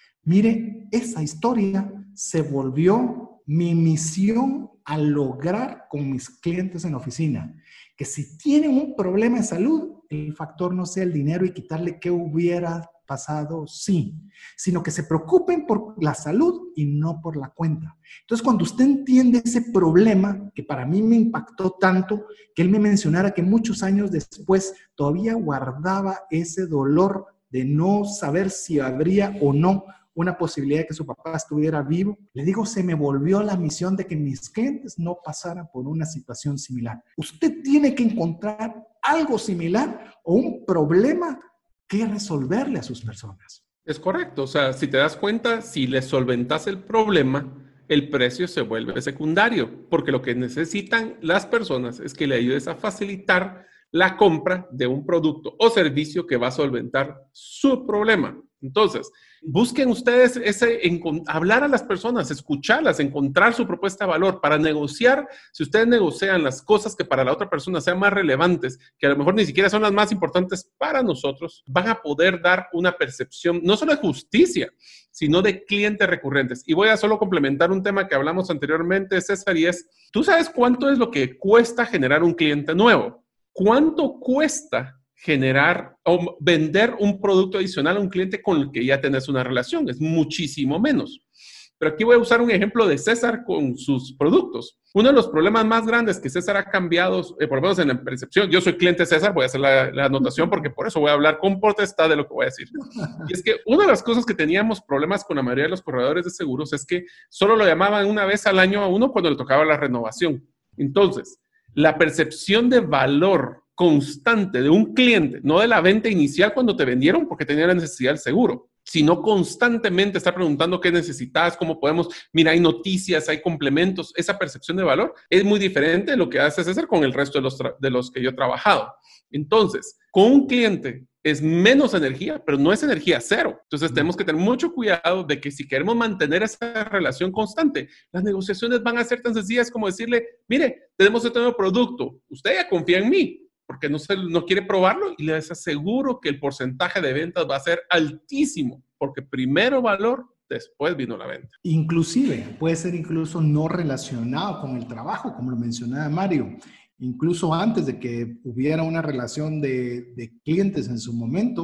Mire, esa historia se volvió mi misión a lograr con mis clientes en la oficina. Que si tienen un problema de salud, el factor no sea el dinero y quitarle qué hubiera pasado, sí, sino que se preocupen por la salud y no por la cuenta. Entonces, cuando usted entiende ese problema, que para mí me impactó tanto, que él me mencionara que muchos años después todavía guardaba ese dolor de no saber si habría o no una posibilidad de que su papá estuviera vivo, le digo, se me volvió la misión de que mis clientes no pasaran por una situación similar. Usted tiene que encontrar algo similar o un problema que resolverle a sus personas.
Es correcto. O sea, si te das cuenta, si le solventas el problema, el precio se vuelve secundario, porque lo que necesitan las personas es que le ayudes a facilitar la compra de un producto o servicio que va a solventar su problema. Entonces, busquen ustedes ese, hablar a las personas, escucharlas, encontrar su propuesta de valor para negociar. Si ustedes negocian las cosas que para la otra persona sean más relevantes, que a lo mejor ni siquiera son las más importantes para nosotros, van a poder dar una percepción no solo de justicia, sino de clientes recurrentes. Y voy a solo complementar un tema que hablamos anteriormente, César, y es, ¿tú sabes cuánto es lo que cuesta generar un cliente nuevo? ¿Cuánto cuesta generar o vender un producto adicional a un cliente con el que ya tenés una relación? Es muchísimo menos. Pero aquí voy a usar un ejemplo de César con sus productos. Uno de los problemas más grandes que César ha cambiado, eh, por lo menos en la percepción, yo soy cliente de César, voy a hacer la, la anotación porque por eso voy a hablar con potestad de lo que voy a decir. Y es que una de las cosas que teníamos problemas con la mayoría de los corredores de seguros es que solo lo llamaban una vez al año a uno cuando le tocaba la renovación. Entonces, la percepción de valor constante de un cliente, no de la venta inicial cuando te vendieron porque tenía la necesidad del seguro, sino constantemente estar preguntando qué necesitas, cómo podemos, mira, hay noticias, hay complementos, esa percepción de valor es muy diferente de lo que hace César con el resto de los, de los que yo he trabajado. Entonces, con un cliente es menos energía, pero no es energía cero. Entonces, mm. tenemos que tener mucho cuidado de que si queremos mantener esa relación constante, las negociaciones van a ser tan sencillas como decirle, mire, tenemos este nuevo producto, usted ya confía en mí, porque no, se, no quiere probarlo y les aseguro que el porcentaje de ventas va a ser altísimo, porque primero valor, después vino la venta.
Inclusive, puede ser incluso no relacionado con el trabajo, como lo mencionaba Mario. Incluso antes de que hubiera una relación de, de clientes en su momento,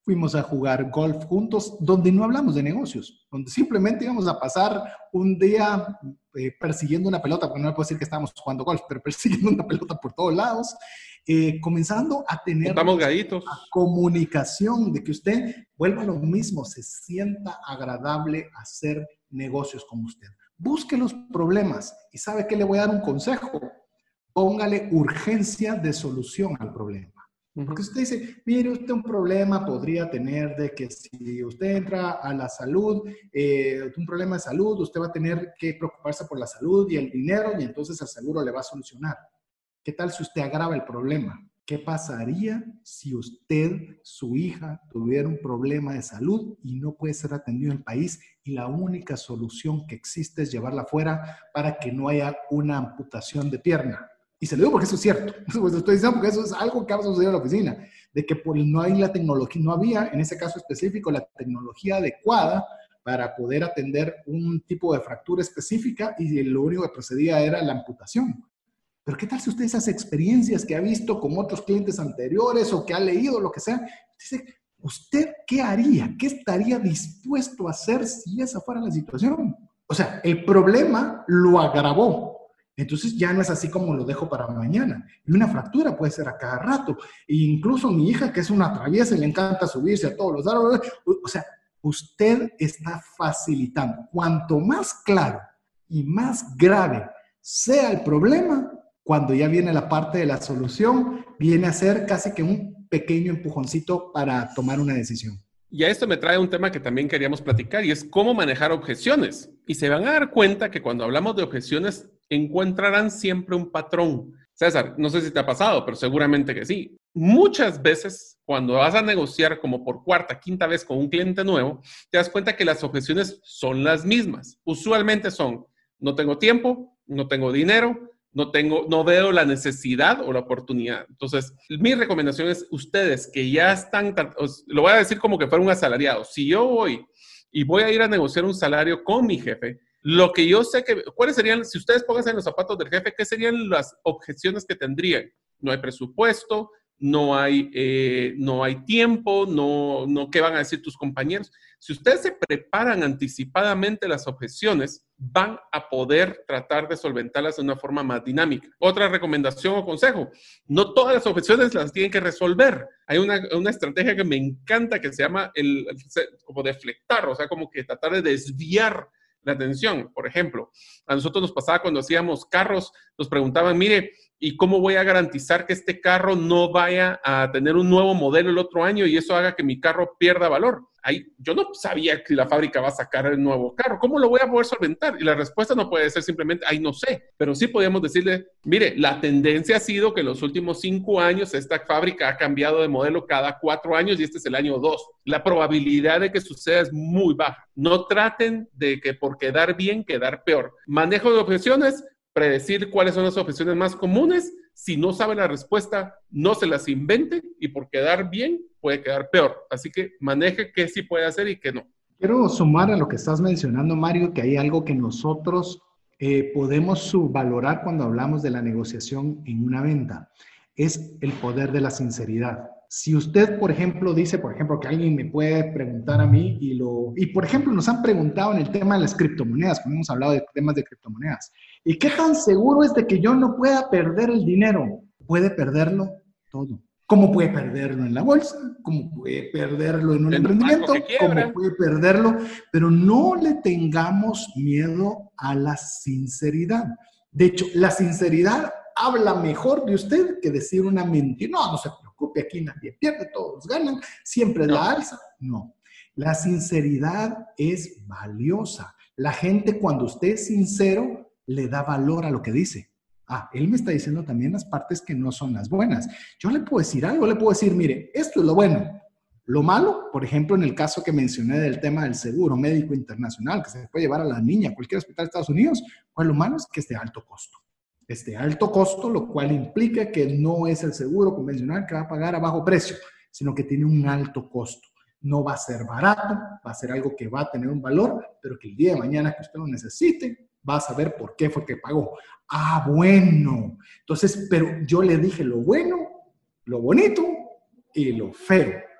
fuimos a jugar golf juntos, donde no hablamos de negocios, donde simplemente íbamos a pasar un día eh, persiguiendo una pelota, porque no le puedo decir que estábamos jugando golf, pero persiguiendo una pelota por todos lados, eh, comenzando a tener
Estamos gallitos.
comunicación, de que usted vuelva a lo mismo, se sienta agradable hacer negocios con usted. Busque los problemas y ¿sabe qué? Le voy a dar un consejo. Póngale urgencia de solución al problema. Porque usted dice, mire, usted un problema podría tener de que si usted entra a la salud, eh, un problema de salud, usted va a tener que preocuparse por la salud y el dinero y entonces el seguro le va a solucionar. ¿Qué tal si usted agrava el problema? ¿Qué pasaría si usted, su hija, tuviera un problema de salud y no puede ser atendido en el país y la única solución que existe es llevarla afuera para que no haya una amputación de pierna? Y se lo digo porque eso es cierto. Pues lo estoy diciendo porque eso es algo que ha sucedido en la oficina. De que por, no hay la tecnología, no había en ese caso específico la tecnología adecuada para poder atender un tipo de fractura específica y lo único que procedía era la amputación. Pero ¿qué tal si usted esas experiencias que ha visto con otros clientes anteriores o que ha leído, lo que sea, usted dice, ¿usted qué haría? ¿Qué estaría dispuesto a hacer si esa fuera la situación? O sea, el problema lo agravó. Entonces ya no es así como lo dejo para mañana. Y una fractura puede ser a cada rato. E incluso mi hija, que es una traviesa y le encanta subirse a todos los árboles, o sea, usted está facilitando. Cuanto más claro y más grave sea el problema, cuando ya viene la parte de la solución, viene a ser casi que un pequeño empujoncito para tomar una decisión.
Y a esto me trae un tema que también queríamos platicar y es cómo manejar objeciones. Y se van a dar cuenta que cuando hablamos de objeciones encontrarán siempre un patrón. César, no sé si te ha pasado, pero seguramente que sí. Muchas veces cuando vas a negociar como por cuarta, quinta vez con un cliente nuevo, te das cuenta que las objeciones son las mismas. Usualmente son, no tengo tiempo, no tengo dinero, no tengo, no veo la necesidad o la oportunidad. Entonces, mi recomendación es ustedes que ya están, os, lo voy a decir como que fuera un asalariado. Si yo voy y voy a ir a negociar un salario con mi jefe, lo que yo sé que, ¿cuáles serían, si ustedes pónganse en los zapatos del jefe, qué serían las objeciones que tendrían? No hay presupuesto, no hay, eh, no hay tiempo, no, no, ¿qué van a decir tus compañeros? Si ustedes se preparan anticipadamente las objeciones, van a poder tratar de solventarlas de una forma más dinámica. Otra recomendación o consejo, no todas las objeciones las tienen que resolver. Hay una, una estrategia que me encanta que se llama el, el, como deflectar, o sea, como que tratar de desviar la atención. Por ejemplo, a nosotros nos pasaba cuando hacíamos carros, nos preguntaban, mire, ¿y cómo voy a garantizar que este carro no vaya a tener un nuevo modelo el otro año y eso haga que mi carro pierda valor? Ahí, yo no sabía que la fábrica va a sacar el nuevo carro. ¿Cómo lo voy a poder solventar? Y la respuesta no puede ser simplemente, ay, no sé. Pero sí podíamos decirle, mire, la tendencia ha sido que en los últimos cinco años esta fábrica ha cambiado de modelo cada cuatro años y este es el año dos. La probabilidad de que suceda es muy baja. No traten de que por quedar bien, quedar peor. Manejo de objeciones, predecir cuáles son las objeciones más comunes. Si no sabe la respuesta, no se las invente y por quedar bien puede quedar peor. Así que maneje qué sí puede hacer y qué no.
Quiero sumar a lo que estás mencionando, Mario, que hay algo que nosotros eh, podemos subvalorar cuando hablamos de la negociación en una venta. Es el poder de la sinceridad. Si usted, por ejemplo, dice, por ejemplo, que alguien me puede preguntar a mí y lo... Y, por ejemplo, nos han preguntado en el tema de las criptomonedas, cuando hemos hablado de temas de criptomonedas. ¿Y qué tan seguro es de que yo no pueda perder el dinero? Puede perderlo todo. ¿Cómo puede perderlo en la bolsa? ¿Cómo puede perderlo en un
En un
emprendimiento?
banco que quiebra.
¿Cómo puede perderlo? Pero no le tengamos miedo a la sinceridad. De hecho, la sinceridad habla mejor de usted que decir una mentira. No, no se preocupe, aquí nadie pierde, todos ganan, siempre es
No.
la alza. No, la sinceridad es valiosa. La gente, cuando usted es sincero, le da valor a lo que dice. Ah, él me está diciendo también las partes que no son las buenas. Yo le puedo decir algo, le puedo decir, mire, esto es lo bueno. Lo malo, por ejemplo, en el caso que mencioné del tema del seguro médico internacional, que se puede llevar a la niña a cualquier hospital de Estados Unidos, pues lo malo es que es de alto costo. Es de alto costo, lo cual implica que no es el seguro convencional que va a pagar a bajo precio, sino que tiene un alto costo. No va a ser barato, va a ser algo que va a tener un valor, pero que el día de mañana que usted lo necesite, va a saber por qué fue que pagó. Ah, bueno. Entonces, pero yo le dije lo bueno, lo bonito y lo feo.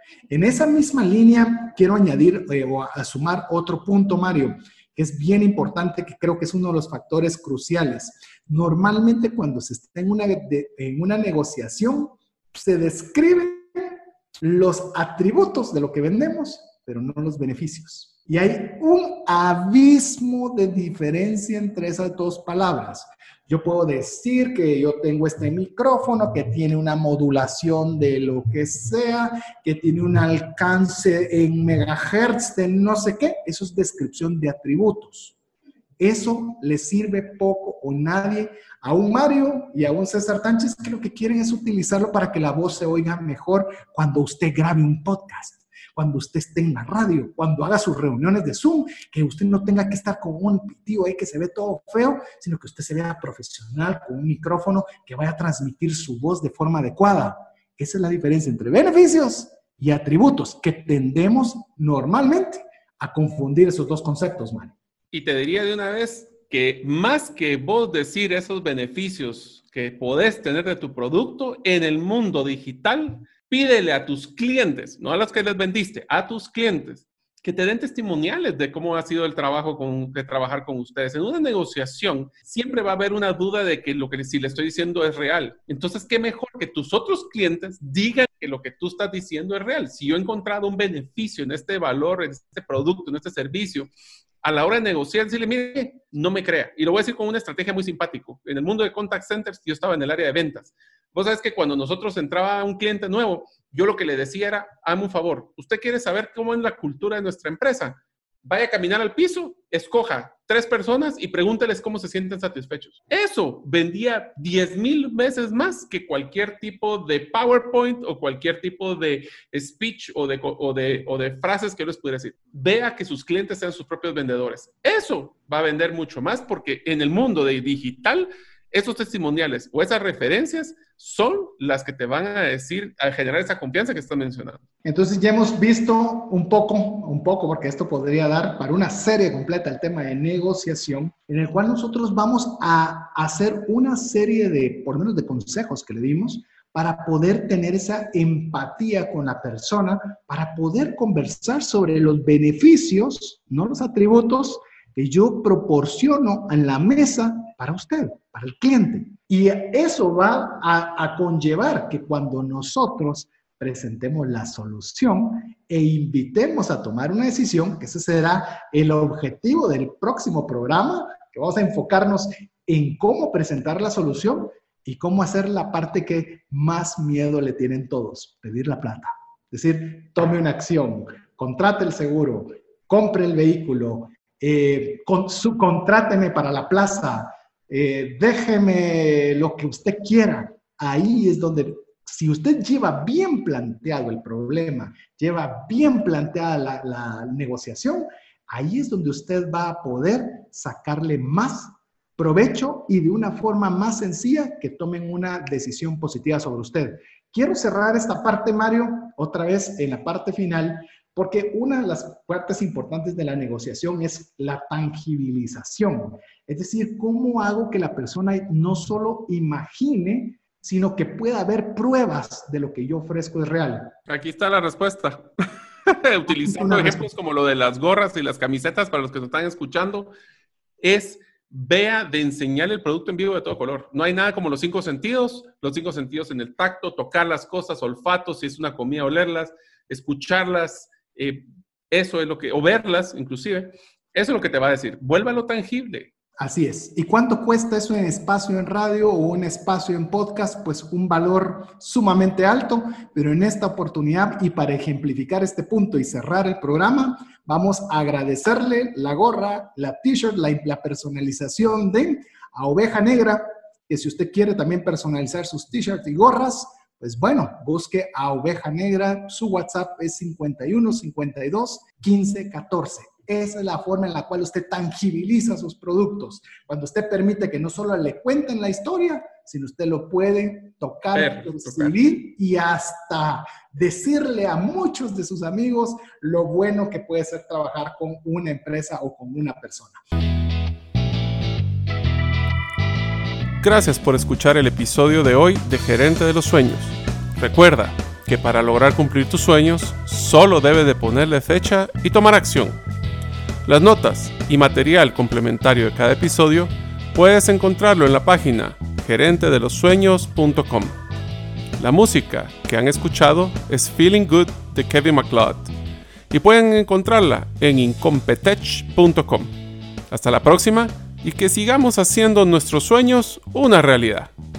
En esa misma línea quiero añadir eh, o a sumar otro punto, Mario, que es bien importante, que creo que es uno de los factores cruciales. Normalmente cuando se está en una, de, en una negociación, se describen los atributos de lo que vendemos, pero no los beneficios. Y hay un abismo de diferencia entre esas dos palabras. Yo puedo decir que yo tengo este micrófono que tiene una modulación de lo que sea, que tiene un alcance en megahertz de no sé qué. Eso es descripción de atributos. Eso le sirve poco o nadie a un Mario y a un César Tánchez, que lo que quieren es utilizarlo para que la voz se oiga mejor cuando usted grabe un podcast, cuando usted esté en la radio, cuando haga sus reuniones de Zoom, que usted no tenga que estar con un pitido ahí que se ve todo feo, sino que usted se vea profesional con un micrófono que vaya a transmitir su voz de forma adecuada. Esa es la diferencia entre beneficios y atributos, que tendemos normalmente a confundir esos dos conceptos, Mario.
Y te diría de una vez que más que vos decir esos beneficios que podés tener de tu producto en el mundo digital, pídele a tus clientes, no a los que les vendiste, a tus clientes, que te den testimoniales de cómo ha sido el trabajo con, de trabajar con ustedes. En una negociación siempre va a haber una duda de que lo que si le estoy diciendo es real. Entonces, ¿qué mejor que tus otros clientes digan que lo que tú estás diciendo es real? Si yo he encontrado un beneficio en este valor, en este producto, en este servicio, a la hora de negociar, decirle, mire, no me crea. Y lo voy a decir con una estrategia muy simpático. En el mundo de contact centers, yo estaba en el área de ventas. Vos sabes que cuando nosotros entraba un cliente nuevo, yo lo que le decía era, hazme un favor, ¿usted quiere saber cómo es la cultura de nuestra empresa? Vaya a caminar al piso, escoja tres personas y pregúnteles cómo se sienten satisfechos. Eso vendía diez mil veces más que cualquier tipo de PowerPoint o cualquier tipo de speech o de, o de, o de frases que yo les pudiera decir. Vea que sus clientes sean sus propios vendedores. Eso va a vender mucho más porque en el mundo de digital, esos testimoniales o esas referencias son las que te van a decir, a generar esa confianza que estás mencionando.
Entonces ya hemos visto un poco, un poco, porque esto podría dar para una serie completa el tema de negociación, en el cual nosotros vamos a hacer una serie de, por lo menos de consejos que le dimos, para poder tener esa empatía con la persona, para poder conversar sobre los beneficios, no los atributos, que yo proporciono en la mesa para usted, para el cliente. Y eso va a, a conllevar que cuando nosotros presentemos la solución e invitemos a tomar una decisión, que ese será el objetivo del próximo programa, que vamos a enfocarnos en cómo presentar la solución y cómo hacer la parte que más miedo le tienen todos, pedir la plata. Es decir, tome una acción, contrate el seguro, compre el vehículo, Eh, con, su, contráteme para la plaza, eh, déjeme lo que usted quiera. Ahí es donde, si usted lleva bien planteado el problema, lleva bien planteada la, la negociación, ahí es donde usted va a poder sacarle más provecho y de una forma más sencilla que tomen una decisión positiva sobre usted. Quiero cerrar esta parte, Mario, otra vez en la parte final, porque una de las partes importantes de la negociación es la tangibilización. Es decir, ¿cómo hago que la persona no solo imagine, sino que pueda haber pruebas de lo que yo ofrezco es real?
Aquí está la respuesta. Utilizando ejemplos como lo de las gorras y las camisetas para los que nos están escuchando, es vea de enseñar el producto en vivo de todo color. No hay nada como los cinco sentidos, los cinco sentidos en el tacto, tocar las cosas, olfato, si es una comida, olerlas, escucharlas, Eh, eso es lo que, o verlas inclusive, eso es lo que te va a decir. Vuélvalo tangible.
Así es. ¿Y cuánto cuesta eso en espacio en radio o un espacio en podcast? Pues un valor sumamente alto, pero en esta oportunidad y para ejemplificar este punto y cerrar el programa, vamos a agradecerle la gorra, la t-shirt, la, la personalización de a Oveja Negra, que si usted quiere también personalizar sus t-shirts y gorras, pues bueno, busque a Oveja Negra, su WhatsApp es cincuenta y uno, cincuenta y dos, quince, catorce. Esa es la forma en la cual usted tangibiliza sus productos. Cuando usted permite que no solo le cuenten la historia, sino usted lo puede tocar, percibir y hasta decirle a muchos de sus amigos lo bueno que puede ser trabajar con una empresa o con una persona.
Gracias por escuchar el episodio de hoy de Gerente de los Sueños. Recuerda, que para lograr cumplir tus sueños, solo debes de ponerle fecha y tomar acción. Las notas y material complementario de cada episodio puedes encontrarlo en la página gerente de los sueños punto com. La música que han escuchado es Feeling Good de Kevin MacLeod y pueden encontrarla en incompetech punto com. Hasta la próxima y que sigamos haciendo nuestros sueños una realidad.